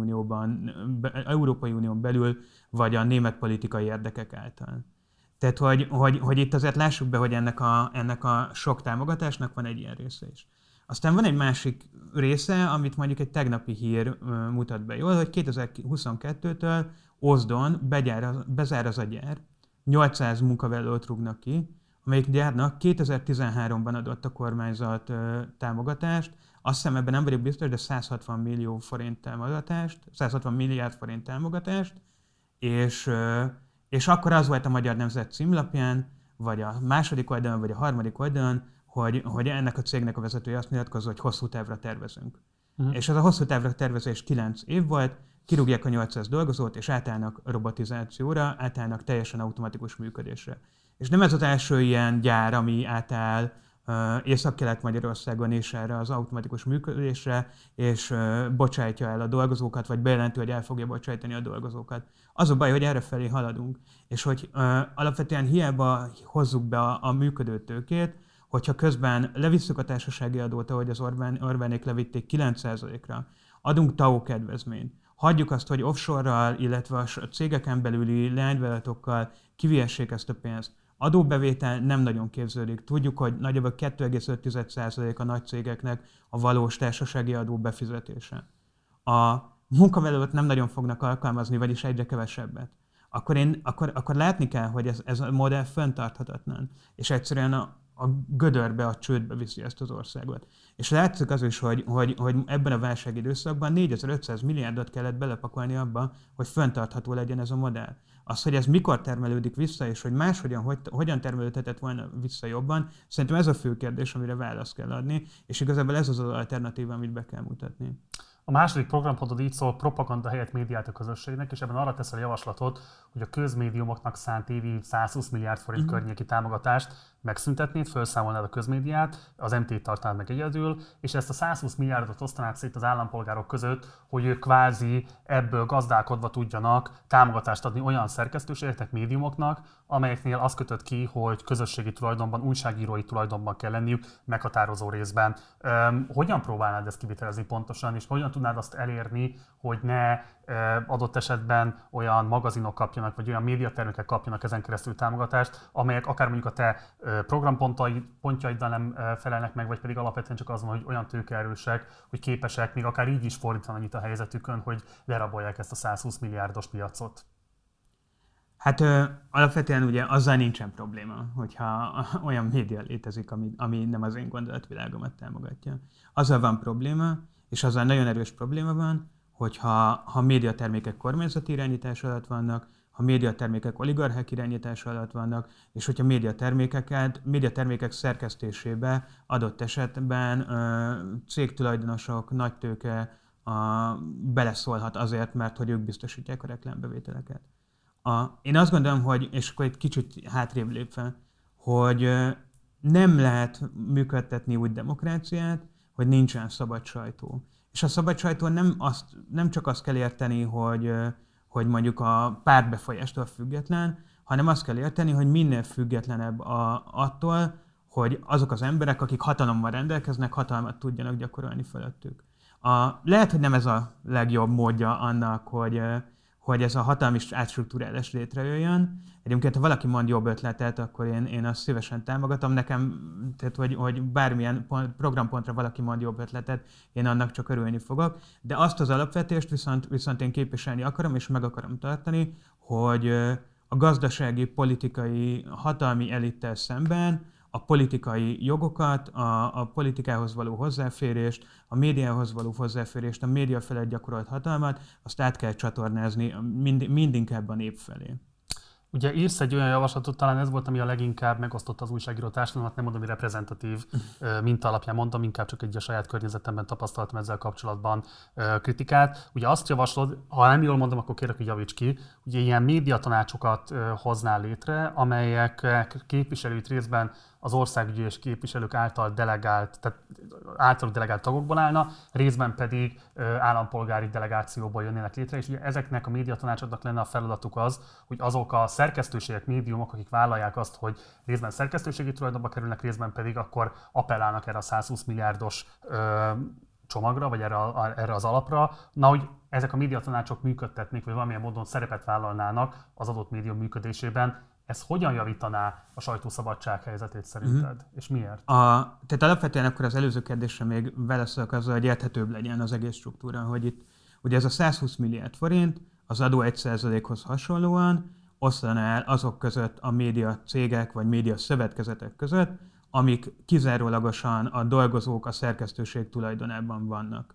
Unión belül, vagy a német politikai érdekek által. Tehát, hogy itt azért lássuk be, hogy ennek a sok támogatásnak van egy ilyen része is. Aztán van egy másik része, amit mondjuk egy tegnapi hír mutat be jól, hogy 2022-től Ózdon bezár az a gyár, 800 munkavállalót rúgnak ki, amelyik gyárnak 2013-ban adott a kormányzat támogatást, azt hiszem ebben nem vagyok biztos, de 160 millió forint támogatást, 160 milliárd forint támogatást, és akkor az volt a Magyar Nemzet címlapján, vagy a második oldalon, vagy a harmadik oldalon, hogy ennek a cégnek a vezetője azt nyilatkozza, hogy hosszú távra tervezünk. És ez a hosszú távra tervezés 9 év volt, kirúgják a 800 dolgozót, és átállnak robotizációra, átállnak teljesen automatikus működésre. És nem ez az első ilyen gyár, ami átáll Észak-Kelet-Magyarországon is erre az automatikus működésre, és bocsájtja el a dolgozókat, vagy bejelenti, hogy el fogja bocsájtani a dolgozókat. Az a baj, hogy errefelé haladunk, és hogy alapvetően hiába hozzuk be a működő tőkét, hogyha közben levisszük a társasági adót, ahogy az Orbánék levitték 9%-ra, adunk TAO kedvezményt, hagyjuk azt, hogy offshore-ral, illetve a cégeken belüli leányvállalatokkal kivihessék ezt a pénzt. Adóbevétel nem nagyon képződik. Tudjuk, hogy nagyjából 2,5% a nagy cégeknek a valós társasági adó befizetése. A munkavállalót nem nagyon fognak alkalmazni, vagyis egyre kevesebbet. Akkor látni kell, hogy ez a modell fenntarthatatlan, és egyszerűen a gödörbe, a csődbe viszi ezt az országot. És látszik az is, hogy ebben a válságidőszakban 4500 milliárdot kellett belepakolni abba, hogy fenntartható legyen ez a modell. Az, hogy ez mikor termelődik vissza, és hogy máshogyan, hogyan termelődhetett volna vissza jobban, szerintem ez a fő kérdés, amire választ kell adni, és igazából ez az az alternatíva, amit be kell mutatni. A második programpontod így szól, propaganda helyett médiát a közösségnek, és ebben arra teszel javaslatot, hogy a közmédiumoknak szánt évi 120 milliárd forint környéki támogatást megszüntetnéd, felszámolnád a közmédiát, az MT-t tartanád meg egyedül, és ezt a 120 milliárdot osztanád szét az állampolgárok között, hogy ők kvázi ebből gazdálkodva tudjanak támogatást adni olyan szerkesztőségeknek, médiumoknak, amelyeknél az kötött ki, hogy közösségi tulajdonban, újságírói tulajdonban kell lenniük meghatározó részben. Hogyan próbálnád ezt kivitelezni pontosan, és hogyan tudnád azt elérni, hogy ne adott esetben olyan magazinok kapjanak, vagy olyan médiatermékek kapjanak ezen keresztül támogatást, amelyek akár mondjuk a te programpontjaiddal nem felelnek meg, vagy pedig alapvetően csak azon, hogy olyan tőkeerősek, hogy képesek még akár így is fordítani annyit a helyzetükön, hogy lerabolják ezt a 120 milliárdos piacot. Hát alapvetően ugye azzal nincsen probléma, hogyha olyan média létezik, ami nem az én gondolatvilágomat támogatja. Azzal van probléma, és azzal nagyon erős probléma van, hogyha médiatermékek kormányzati irányítás alatt vannak, ha médiatermékek oligarchák irányítása alatt vannak, és hogyha médiatermékek szerkesztésébe adott esetben cégtulajdonosok, nagytőke beleszólhat azért, mert hogy ők biztosítják a reklámbevételeket. Én azt gondolom, hogy, és akkor egy kicsit hátrébb lépve, hogy nem lehet működtetni úgy demokráciát, hogy nincsen szabad sajtó. És a szabad sajtó nem csak azt kell érteni, hogy mondjuk a pártbefolyástól független, hanem azt kell érteni, hogy minél függetlenebb attól, hogy azok az emberek, akik hatalommal rendelkeznek, hatalmat tudjanak gyakorolni fölöttük. Lehet, hogy nem ez a legjobb módja annak, hogy ez a hatalmi átstruktúrálás létrejöjjön. Egyébként, ha valaki mond jobb ötletet, akkor én azt szívesen támogatom. Nekem, tehát, hogy bármilyen programpontra valaki mond jobb ötletet, én annak csak örülni fogok. De azt az alapvetést viszont én képviselni akarom, és meg akarom tartani, hogy a gazdasági, politikai, hatalmi elittel szemben a politikai jogokat, a politikához való hozzáférést, a médiához való hozzáférést, a média felett gyakorolt hatalmat, azt át kell csatornázni mindinkább a nép felé. Ugye írsz egy olyan javaslatot, talán ez volt, ami a leginkább megosztotta az újságíró társadalmat, nem mondom, hogy reprezentatív minta alapján mondom, inkább csak egy a saját környezetemben tapasztaltam ezzel kapcsolatban kritikát. Ugye azt javaslod, ha nem jól mondom, akkor kérlek, hogy javíts ki, ugye ilyen médiatanácsokat hoznál létre, amelyek képviselőit részben az országgyűlés képviselők általuk delegált tagokból állna, részben pedig állampolgári delegációból jönnének létre, és ugye ezeknek a médiatanácsoknak lenne a feladatuk az, hogy azok a szerkesztőségek, médiumok, akik vállalják azt, hogy részben szerkesztőségi tulajdonba kerülnek, részben pedig akkor appellálnak erre a 120 milliárdos csomagra, vagy erre az alapra, hogy ezek a médiatanácsok működtetnék, vagy valamilyen módon szerepet vállalnának az adott médium működésében, Ez hogyan javítaná a sajtószabadság helyzetét szerinted? És miért? Tehát alapvetően akkor az előző kérdésre még válaszolok azzal, hogy érthetőbb legyen az egész struktúra, hogy itt ugye ez a 120 milliárd forint az adó 1%-hoz hasonlóan oszlana el azok között a média cégek vagy média szövetkezetek között, amik kizárólagosan a dolgozók a szerkesztőség tulajdonában vannak.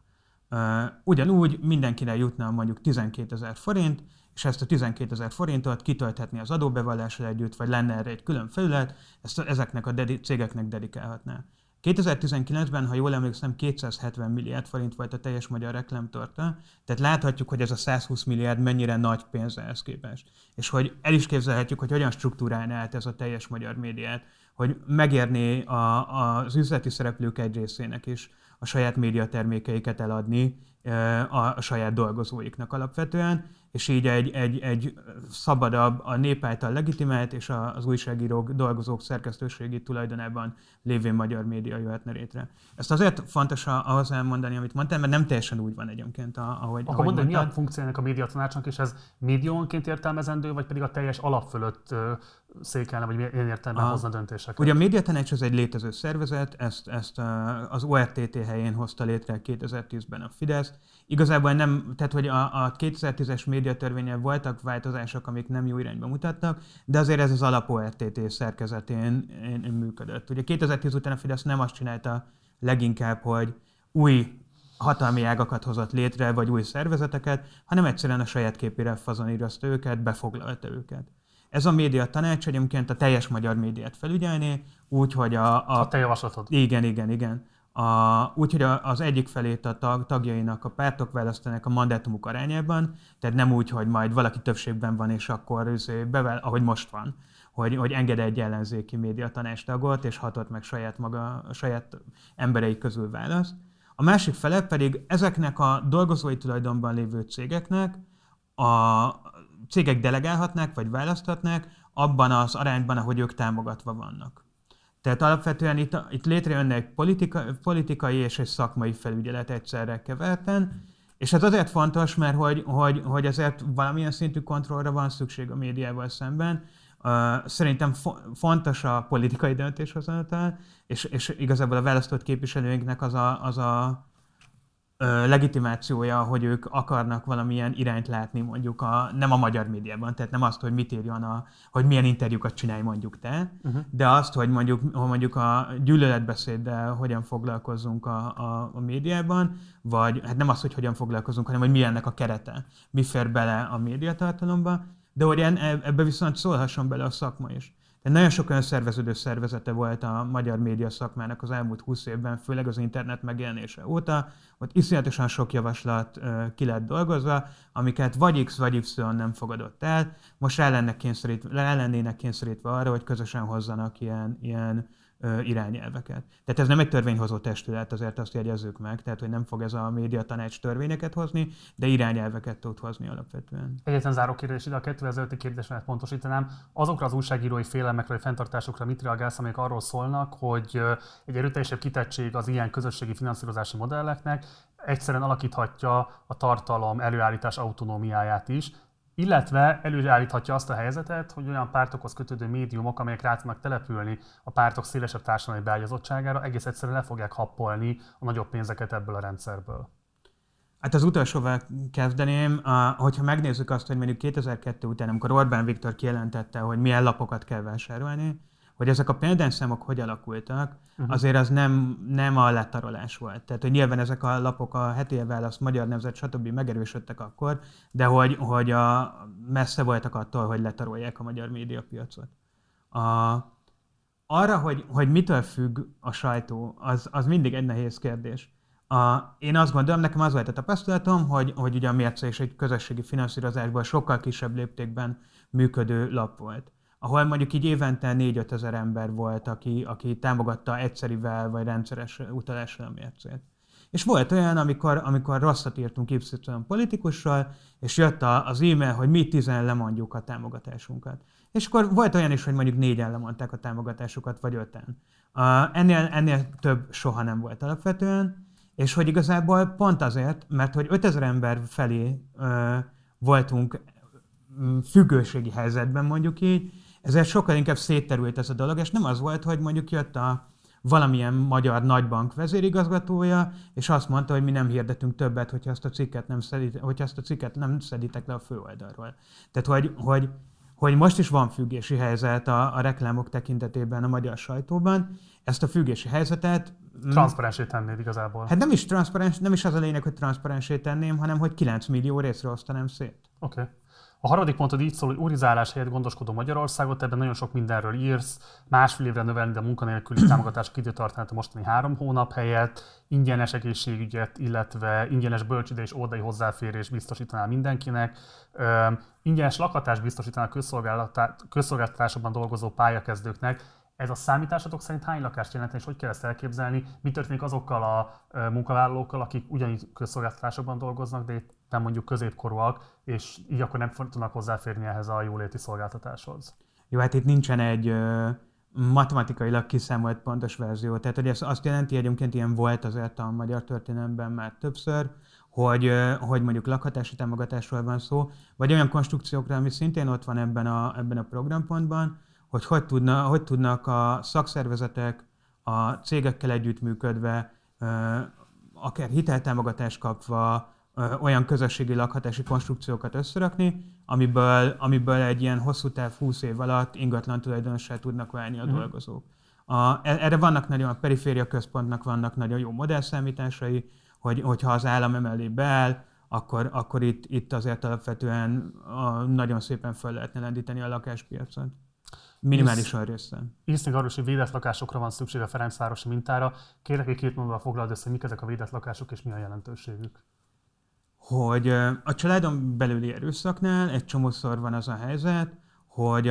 Ugyanúgy mindenkire jutna mondjuk 12 000 forint, és ezt a 12 000 forintot kitölthetni az adóbevallással együtt, vagy lenne erre egy külön felület, ezt ezeknek a cégeknek dedikálhatná. 2019-ben, ha jól emlékszem, 270 milliárd forint volt a teljes magyar reklámtorta, tehát láthatjuk, hogy ez a 120 milliárd mennyire nagy pénz ehhez képest. És hogy el is képzelhetjük, hogy hogyan struktúrálná át ez a teljes magyar médiát, hogy megérné az üzleti szereplők egy részének is a saját médiatermékeiket eladni a saját dolgozóiknak alapvetően, és így egy szabadabb, a nép által legitimált és az újságírók, dolgozók szerkesztőségi tulajdonában lévén magyar média jöhetne létre. Ezt azért fontos ahhoz elmondani, amit mondtam, mert nem teljesen úgy van egyébként, ahogy Akkor mondd, hogy milyen funkciójának a médiatanácsnak, és ez médiumként értelmezendő, vagy pedig a teljes alap fölött székelne, vagy milyen értelemben hozna döntéseket? Ugye a médiatanács az egy létező szervezet, ezt az ORTT helyén hozta létre 2010-ben a Fidesz. Igazából nem, tehát hogy a 2010-es médiatörvényen voltak változások, amik nem jó irányba mutattak, de azért ez az alap ORTT szerkezetén működött. Ugye 2010 után a Fidesz nem azt csinálta leginkább, hogy új hatalmi ágakat hozott létre, vagy új szervezeteket, hanem egyszerűen a saját képére fazonírozta őket, befoglalta őket. Ez a médiatanács egyébként a teljes magyar médiát felügyelné, úgyhogy a te javaslatod. Igen. Úgyhogy az egyik felét a tagjainak a pártok választanak a mandátumuk arányában, tehát nem úgy, hogy majd valaki többségben van, és akkor ahogy most van, hogy enged egy ellenzéki médiatanács tagot, és hatott meg saját emberei közül választ. A másik fele pedig ezeknek a dolgozói tulajdonban lévő cégeknek a cégek delegálhatnák, vagy választhatnák abban az arányban, ahogy ők támogatva vannak. Tehát alapvetően itt létrejönne egy politikai és egy szakmai felügyelet egyszerre keverten, és ez azért fontos, mert hogy ezért valamilyen szintű kontrollra van szükség a médiával szemben. Szerintem fontos a politikai döntéshozatal, és igazából a választott képviselőinknek az a legitimációja, hogy ők akarnak valamilyen irányt látni mondjuk nem a magyar médiában, tehát nem azt, hogy mit írjon, hogy milyen interjúkat csinálj mondjuk te, de azt, hogy mondjuk a gyűlöletbeszéddel hogyan foglalkozzunk a médiában, vagy hát nem az, hogy hogyan foglalkozunk, hanem hogy mi ennek a kerete, mi fér bele a médiatartalomba, de hogy ebbe viszont szólhasson bele a szakma is. Tehát nagyon sok önszerveződő szervezete volt a magyar média szakmának az elmúlt 20 évben, főleg az internet megjelenése óta. Ott iszonyatosan sok javaslat ki lett dolgozva, amiket vagy X vagy Y nem fogadott el. Most rá lennének kényszerítve arra, hogy közösen hozzanak ilyen irányelveket. Tehát ez nem egy törvényhozó testület, azért azt jegyezzük meg, tehát hogy nem fog ez a médiatanács törvényeket hozni, de irányelveket tud hozni alapvetően. Egyetlen záró kérdés, ide a 2005-i kérdésmet pontosítanám. Azokra az újságírói félelmekre vagy fenntartásokra mit reagálsz, amelyek arról szólnak, hogy egy erőteljesebb kitettség az ilyen közösségi finanszírozási modelleknek egyszerűen alakíthatja a tartalom előállítás autonómiáját is, illetve előállíthatja azt a helyzetet, hogy olyan pártokhoz kötődő médiumok, amelyek rá tudnak települni a pártok szélesebb társadalmi beágyazottságára, egész egyszerűen le fogják happolni a nagyobb pénzeket ebből a rendszerből. Hát az utolsóval kezdeném, hogyha megnézzük azt, hogy mondjuk 2002 után, amikor Orbán Viktor kijelentette, hogy milyen lapokat kell vásárolni, hogy ezek a példányszámok hogy alakultak, azért az nem a letarolás volt. Tehát, hogy nyilván ezek a lapok, a Heti Válasz, Magyar Nemzet, stb. Megerősödtek akkor, de hogy messze voltak attól, hogy letarolják a magyar médiapiacot. Arra, hogy mitől függ a sajtó, az mindig egy nehéz kérdés. Én azt gondolom, nekem az volt a tapasztalatom, hogy ugye a Mérce és egy közösségi finanszírozásból sokkal kisebb léptékben működő lap volt, ahol mondjuk így évente 4-5 ezer ember volt, aki támogatta egyszerivel vagy rendszeres utalással a Mércét. És volt olyan, amikor rosszat írtunk Y politikussal, és jött az e-mail, hogy mi 10-en lemondjuk a támogatásunkat. És akkor volt olyan is, hogy mondjuk 4-en lemondták a támogatásukat, vagy 5-en. Ennél több soha nem volt alapvetően, és hogy igazából pont azért, mert hogy 5000 ember felé voltunk függőségi helyzetben, mondjuk így, Ezért sokkal inkább szétterült ez a dolog, és nem az volt, hogy mondjuk jött a valamilyen magyar nagybank vezérigazgatója, és azt mondta, hogy mi nem hirdetünk többet, hogyha azt a cikket nem szeditek le a főoldalról. Tehát, hogy most is van függési helyzet a reklámok tekintetében a magyar sajtóban, ezt a függési helyzetet... Transzparensé tennéd igazából. Hát nem is transzparens, nem is az a lényeg, hogy transzparensé tenném, hanem hogy 9 millió részre osztanám szét. Oké. A harmadik pontod így szól, hogy urizálás helyett gondoskodó Magyarországot, ebben nagyon sok mindenről írsz, másfél évre növelni a munkanélküli támogatások időtartamát a mostani 3 hónap helyett, ingyenes egészségügyet, illetve ingyenes bölcsőde és óvodai hozzáférés biztosítanál mindenkinek, ingyenes lakhatást biztosítanál közszolgáltatásokban dolgozó pályakezdőknek. Ez a számításatok szerint hány lakást jelentene, és hogy kell ezt elképzelni? Mi történik azokkal a munkavállalókkal, akik ugyanígy közszolgáltatásokban dolgoznak, de nem mondjuk középkorúak, és így akkor nem tudnak hozzáférni ehhez a jóléti szolgáltatáshoz? Jó, hát itt nincsen egy matematikailag kiszámolt pontos verzió. Tehát hogy ez azt jelenti, egyébként ilyen volt azért a magyar történelemben már többször, hogy mondjuk lakhatási támogatásról van szó, vagy olyan konstrukciókra, ami szintén ott van ebben a programpontban, hogy tudnak a szakszervezetek a cégekkel együttműködve, akár hiteltámogatást kapva, olyan közösségi lakhatási konstrukciókat összerakni, amiből egy ilyen hosszú táv 20 év alatt ingatlan tulajdonossá tudnak válni a dolgozók. Erre vannak nagyon, a periféria központnak vannak nagyon jó modellszámításai, hogyha az állam emellé beáll, akkor itt azért alapvetően nagyon szépen fel lehetne lendíteni a lakáspiacot. Minimálisan részen. Írsz még arról, hogy védett lakásokra van szükség a Ferencvárosi mintára. Kérlek, hogy 2 mondatban foglald össze, hogy mik ezek a védett lakások és mi a jelentőségük. Hogy a családon belüli erőszaknál egy csomószor van az a helyzet, hogy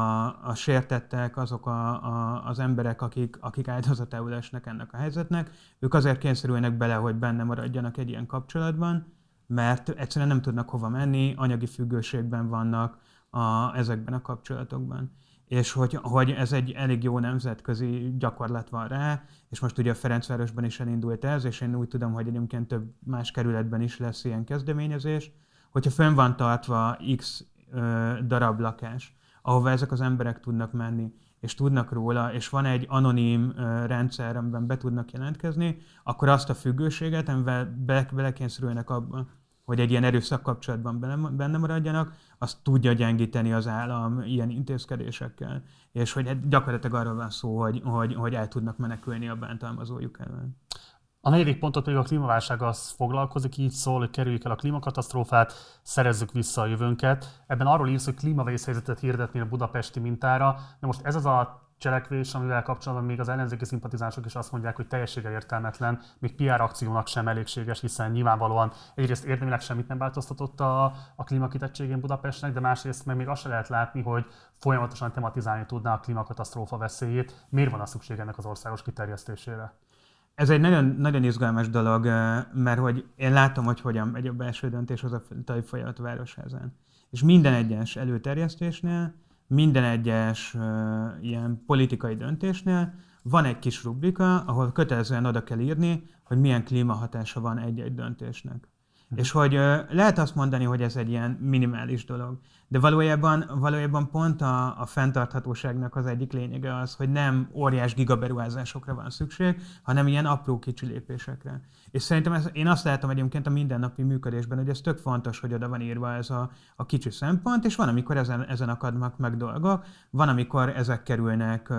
a sértettek, azok az emberek, akik áldozatául esnek ennek a helyzetnek, ők azért kényszerülnek bele, hogy benne maradjanak egy ilyen kapcsolatban, mert egyszerűen nem tudnak hova menni, anyagi függőségben vannak ezekben a kapcsolatokban. És hogy ez egy elég jó nemzetközi gyakorlat van rá, és most ugye a Ferencvárosban is elindult ez, és én úgy tudom, hogy egyébként több más kerületben is lesz ilyen kezdeményezés, hogyha fönn van tartva X darab lakás, ahova ezek az emberek tudnak menni, és tudnak róla, és van egy anonim rendszer, amiben be tudnak jelentkezni, akkor azt a függőséget, amivel belekényszerülnek abba, hogy egy ilyen erőszak kapcsolatban benne maradjanak, azt tudja gyengíteni az állam ilyen intézkedésekkel. És hogy gyakorlatilag arról van szó, hogy el tudnak menekülni a bántalmazójuk ellen. A 4. pontot pedig a klímaválsággal foglalkozik, így szól, hogy kerüljük el a klímakatasztrófát, szerezzük vissza a jövőnket. Ebben arról írsz, hogy klímavészhelyzetet hirdetnél a budapesti mintára. De most ez az a cselekvés, amivel kapcsolatban még az ellenzéki szimpatizánsok is azt mondják, hogy teljességgel értelmetlen, még PR akciónak sem elégséges, hiszen nyilvánvalóan egyrészt érdemileg semmit nem változtatott a klímakitettségén Budapestnek, de másrészt meg még azt se lehet látni, hogy folyamatosan tematizálni tudná a klímakatasztrófa veszélyét. Miért van a szükség ennek az országos kiterjesztésére? Ez egy nagyon, nagyon izgalmas dolog, mert hogy én látom, hogy hogyan megy a belső döntéshoz a Tajfolyamat Városházán. És minden egyes előterjesztésnél, minden egyes ilyen politikai döntésnél van egy kis rubrika, ahol kötelezően oda kell írni, hogy milyen klímahatása van egy-egy döntésnek. És hogy lehet azt mondani, hogy ez egy ilyen minimális dolog, de valójában pont a fenntarthatóságnak az egyik lényege az, hogy nem óriás gigaberuházásokra van szükség, hanem ilyen apró kicsi lépésekre. És szerintem én azt látom egyébként a mindennapi működésben, hogy ez tök fontos, hogy oda van írva ez a kicsi szempont, és van, amikor ezen akadnak meg dolgok, van, amikor ezek kerülnek,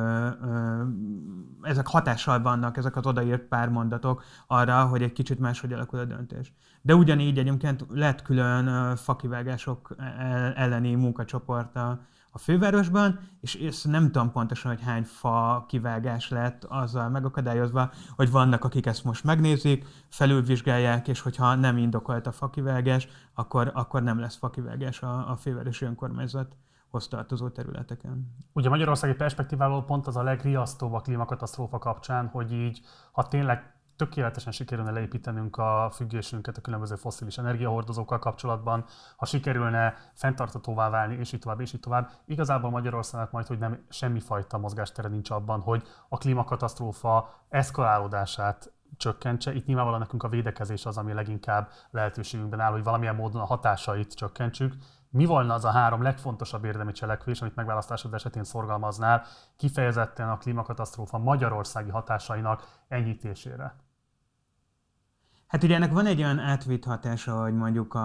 ezek hatással vannak, ezek az odaírt pár mondatok arra, hogy egy kicsit máshogy alakul a döntés. De ugyanígy egyébként lett külön fakivágások elleni munkacsoport a fővárosban, és ezt nem tudom pontosan, hogy hány fa kivágás lett azzal megakadályozva, hogy vannak, akik ezt most megnézik, felülvizsgálják, és hogyha nem indokolt a fakivágás, akkor nem lesz fakivágás a fővárosi önkormányzathoz tartozó területeken. Ugye magyarországi perspektívából pont az a legriasztóbb a klímakatasztrófa kapcsán, hogy így, ha tényleg tökéletesen sikerülne leépítenünk a függésünket a különböző fosszilis energiahordozókkal kapcsolatban, ha sikerülne fenntarthatóvá válni, és így tovább, és így tovább. Igazából Magyarországnak majd, hogy semmifajta mozgástere nincs abban, hogy a klímakatasztrófa eszkalálódását csökkentse. Itt nyilvánvalóan nekünk a védekezés az, ami leginkább lehetőségünkben áll, hogy valamilyen módon a hatásait csökkentsük. Mi volna az a 3 legfontosabb érdemi cselekvés, amit megválasztásod esetén szorgalmaznál kifejezetten a klímakatasztrófa magyarországi hatásainak enyhítésére? Hát ugye ennek van egy olyan átvitt hatása, hogy mondjuk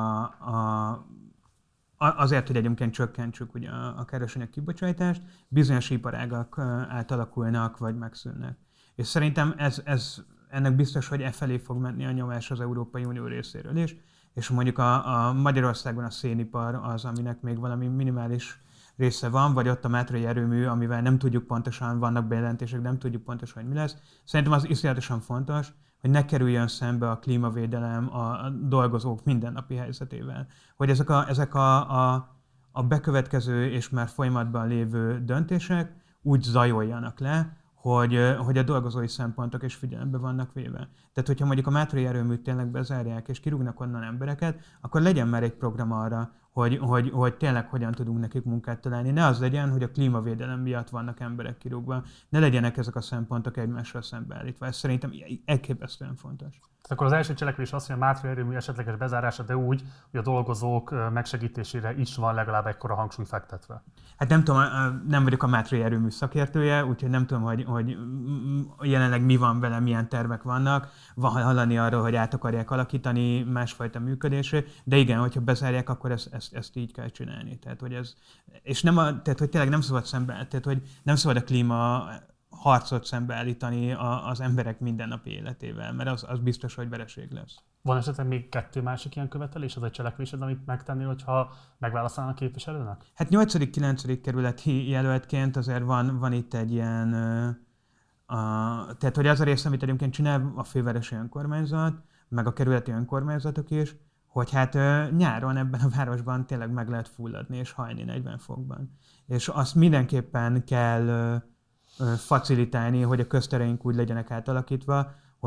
azért, hogy egyébként csökkentsük ugye a károsanyag kibocsátást, bizonyos iparágak átalakulnak vagy megszűnnek. És szerintem ennek biztos, hogy felé fog menni a nyomás az Európai Unió részéről is, és mondjuk a Magyarországon a szénipar az, aminek még valami minimális része van, vagy ott a Mátrai erőmű, amivel nem tudjuk pontosan, vannak bejelentések, nem tudjuk pontosan, hogy mi lesz. Szerintem az iszonyatosan fontos, hogy ne kerüljön szembe a klímavédelem a dolgozók mindennapi helyzetével. Hogy ezek a bekövetkező és már folyamatban lévő döntések úgy zajoljanak le, hogy a dolgozói szempontok is figyelembe vannak véve. Tehát, hogyha mondjuk a Mátrai erőműt tényleg bezárják és kirúgnak onnan embereket, akkor legyen már egy program arra, hogy tényleg hogyan tudunk nekik munkát találni. Ne az legyen, hogy a klímavédelem miatt vannak emberek kirúgva. Ne legyenek ezek a szempontok egymással szembeállítva. Ez szerintem elképesztően fontos. Tehát akkor az első cselekvés az, hogy a Mátrai erőmű esetleges bezárása, de úgy, hogy a dolgozók megsegítésére is van legalább ekkora hangsúly fektetve. Hát nem tudom, nem vagyok a Mátrai erőmű szakértője, úgyhogy nem tudom, hogy jelenleg mi van vele, milyen tervek vannak. Van hallani arról, hogy át akarják alakítani másfajta működésre, de igen, hogyha bezárják, akkor ezt így kell csinálni. Tehát, hogy és tehát, hogy tényleg nem szabad tehát, hogy nem szabad a klíma harcot szembeállítani az emberek mindennapi életével, mert az biztos, hogy vereség lesz. Van esetleg még 2 másik ilyen követelés, az egy cselekvésed, amit megtennél, hogyha megválasztanának képviselőnek? Hát 8.-9. kerületi jelöltként azért van itt egy ilyen, tehát hogy az a rész, amit egyébként csinál a fővárosi önkormányzat, meg a kerületi önkormányzatok is, hogy hát nyáron ebben a városban tényleg meg lehet fulladni és hajni 40 fokban. És azt mindenképpen kell facilitálni, hogy a köztereink úgy legyenek átalakítva,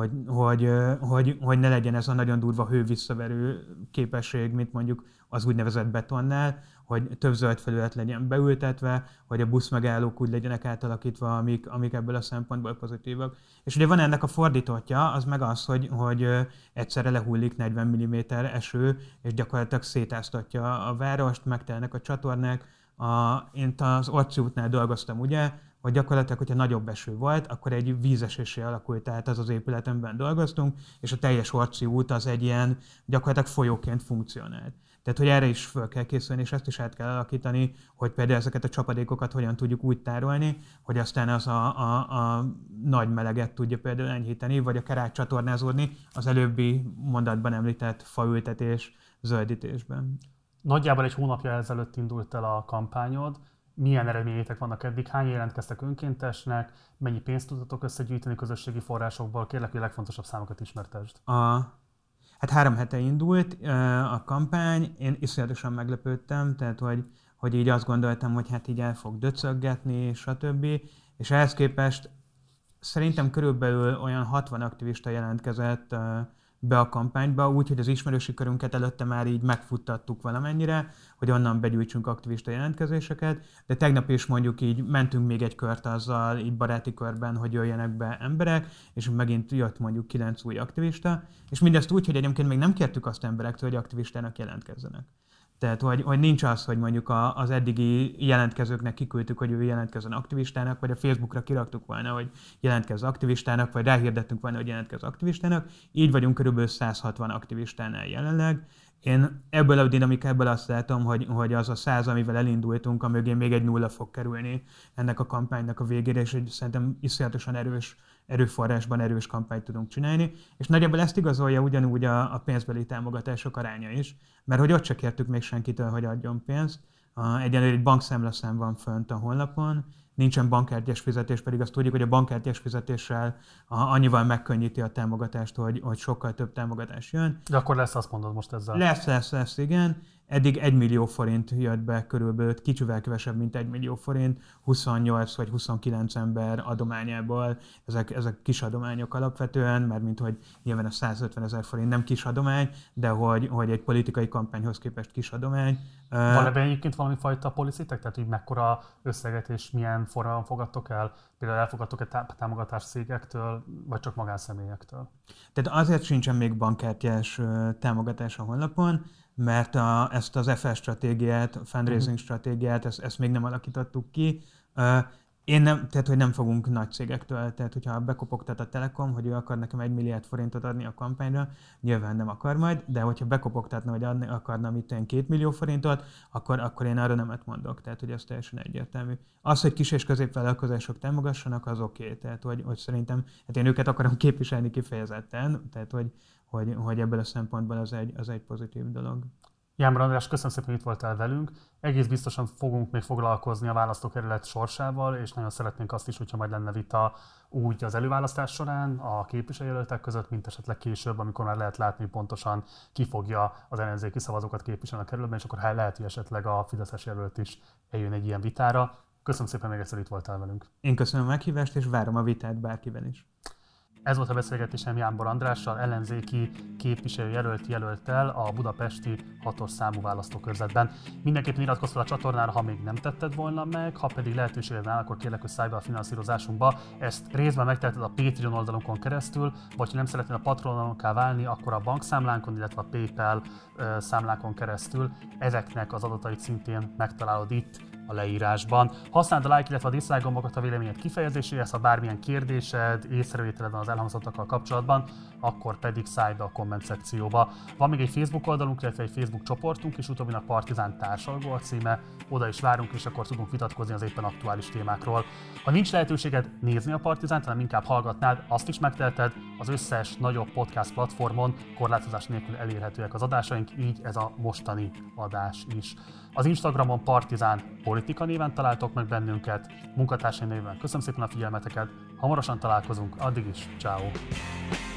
hogy ne legyen ez a nagyon durva hővisszaverő képesség, mint mondjuk az úgynevezett betonnál, hogy több zöld felület legyen beültetve, hogy a buszmegállók úgy legyenek átalakítva, amik ebből a szempontból pozitívak. És ugye van ennek a fordítottja, az meg az, hogy egyszerre lehullik 40 mm eső, és gyakorlatilag szétáztatja a várost, megtelnek a csatornák. Én az Orci útnál dolgoztam, ugye, hogy gyakorlatilag, hogyha nagyobb eső volt, akkor egy vízesésé alakult, tehát az épület, amiben dolgoztunk, és a teljes Orci út az egy ilyen gyakorlatilag folyóként funkcionált. Tehát, hogy erre is fel kell készülni, és ezt is át kell alakítani, hogy például ezeket a csapadékokat hogyan tudjuk úgy tárolni, hogy aztán az a nagy meleget tudja például enyhíteni, vagy akár átcsatornázódni az előbbi mondatban említett faültetés, zöldítésben. Nagyjából egy hónapja ezelőtt indult el a kampányod. Milyen eredményeitek vannak eddig? Hány jelentkeztek önkéntesnek? Mennyi pénzt tudtatok összegyűjteni közösségi forrásokból? Kérlek, hogy a legfontosabb számokat ismertesd. Hát 3 hete indult a kampány, én iszonyatosan meglepődtem, tehát hogy így azt gondoltam, hogy hát így el fog döcöggetni, stb. És ehhez képest szerintem körülbelül olyan 60 aktivista jelentkezett be a kampányba, úgyhogy az ismerősi körünket előtte már így megfuttattuk valamennyire, hogy onnan begyűjtsünk aktivista jelentkezéseket, de tegnap is mondjuk így mentünk még egy kört azzal, így baráti körben, hogy jöjjenek be emberek, és megint jött mondjuk 9 új aktivista, és mindezt úgy, hogy egyébként még nem kértük azt emberektől, hogy aktivistának jelentkezzenek. Tehát, hogy nincs az, hogy mondjuk az eddigi jelentkezőknek kiküldtük, hogy ő jelentkezzen aktivistának, vagy a Facebookra kiraktuk volna, hogy jelentkezz aktivistának, vagy ráhirdettünk volna, hogy jelentkezz aktivistának. Így vagyunk körülbelül 160 aktivistánál jelenleg. Én ebből a dinamikából azt látom, hogy az a 100, amivel elindultunk, a mögé még egy 0 fog kerülni ennek a kampánynak a végére, és szerintem iszonyatosan erős erőforrásban erős kampányt tudunk csinálni, és nagyjából ezt igazolja ugyanúgy a pénzbeli támogatások aránya is, mert hogy ott se kértük még senkitől, hogy adjon pénzt. Egyenlőre egy bankszámlaszám van fönt a honlapon, nincsen bankkártyás fizetés, pedig azt tudjuk, hogy a bankkártyás fizetéssel annyival megkönnyíti a támogatást, hogy sokkal több támogatás jön. De akkor lesz, azt mondod most ezzel? Lesz, igen. Eddig 1 millió forint jött be körülbelül, kicsivel kevesebb, mint 1 millió forint, 28 vagy 29 ember adományából, ezek kis adományok alapvetően, mert mint hogy nyilván a 150 000 forint nem kis adomány, de hogy egy politikai kampányhoz képest kis adomány. Van ebben egyébként valami fajta policitek? Tehát, hogy mekkora összeget és milyen formában fogadtok el? Például elfogadtok-e támogatást cégektől, vagy csak magánszemélyektől? Tehát azért sincsen még bankkártyás támogatás a honlapon, mert ezt az FS stratégiát, a fundraising stratégiát, ezt még nem alakítottuk ki. Tehát, hogy nem fogunk nagy cégektől, tehát hogyha bekopogtat a Telekom, hogy ő akar nekem 1 milliárd forintot adni a kampányra, nyilván nem akar majd, de hogyha bekopogtatna, hogy adni akarna mit 2 millió forintot, akkor én arra nemet mondok, tehát hogy ez teljesen egyértelmű. Az, hogy kis és középvállalkozások támogassanak, az oké, tehát hogy szerintem, hát én őket akarom képviselni kifejezetten, tehát hogy ebből a szempontból az egy pozitív dolog. Jámbor András, köszönöm szépen, hogy itt voltál velünk. Egész biztosan fogunk még foglalkozni a választókerület sorsával, és nagyon szeretnénk azt is, hogyha majd lenne vita úgy az előválasztás során a képviselőjelöltek között, mint esetleg később, amikor már lehet látni, hogy pontosan ki fogja az ellenzéki szavazókat képviselni a kerületben, és akkor lehet, hogy esetleg a fideszes jelölt is eljön egy ilyen vitára. Köszönöm szépen, még egyszer itt voltál velünk. Én köszönöm a meghívást, és várom a vitát bárkiben is. Ez volt a beszélgetésem Jámbor Andrással, ellenzéki képviselőjelölttel a budapesti 6-os számú választókörzetben. Mindenképpen iratkozz fel a csatornára, ha még nem tetted volna meg, ha pedig lehetőséged áll, akkor kérlek, hogy szállj be a finanszírozásunkba. Ezt részben megteheted a Patreon oldalunkon keresztül, vagy ha nem szeretnél a patronunká válni, akkor a bankszámlánkon, illetve a PayPal számlákon keresztül. Ezeknek az adatait szintén megtalálod itt a leírásban. Használd a like, illetve a dislike gombokat a véleményed kifejezéséhez, ha bármilyen kérdésed, észrevételed van az elhangzottakkal kapcsolatban, akkor pedig szállj be a komment szekcióba. Van még egy Facebook oldalunk, illetve egy Facebook csoportunk, és utóbbinak Partizán társalgó a címe, oda is várunk, és akkor tudunk vitatkozni az éppen aktuális témákról. Ha nincs lehetőséged nézni a Partizánt, hanem inkább hallgatnád, azt is megteheted, az összes nagyobb podcast platformon korlátozás nélkül elérhetőek az adásaink, így ez a mostani adás is. Az Instagramon Partizán Politika néven találtok meg bennünket, munkatársaim néven köszönöm szépen a figyelmeteket, hamarosan találkozunk, addig is, ciao.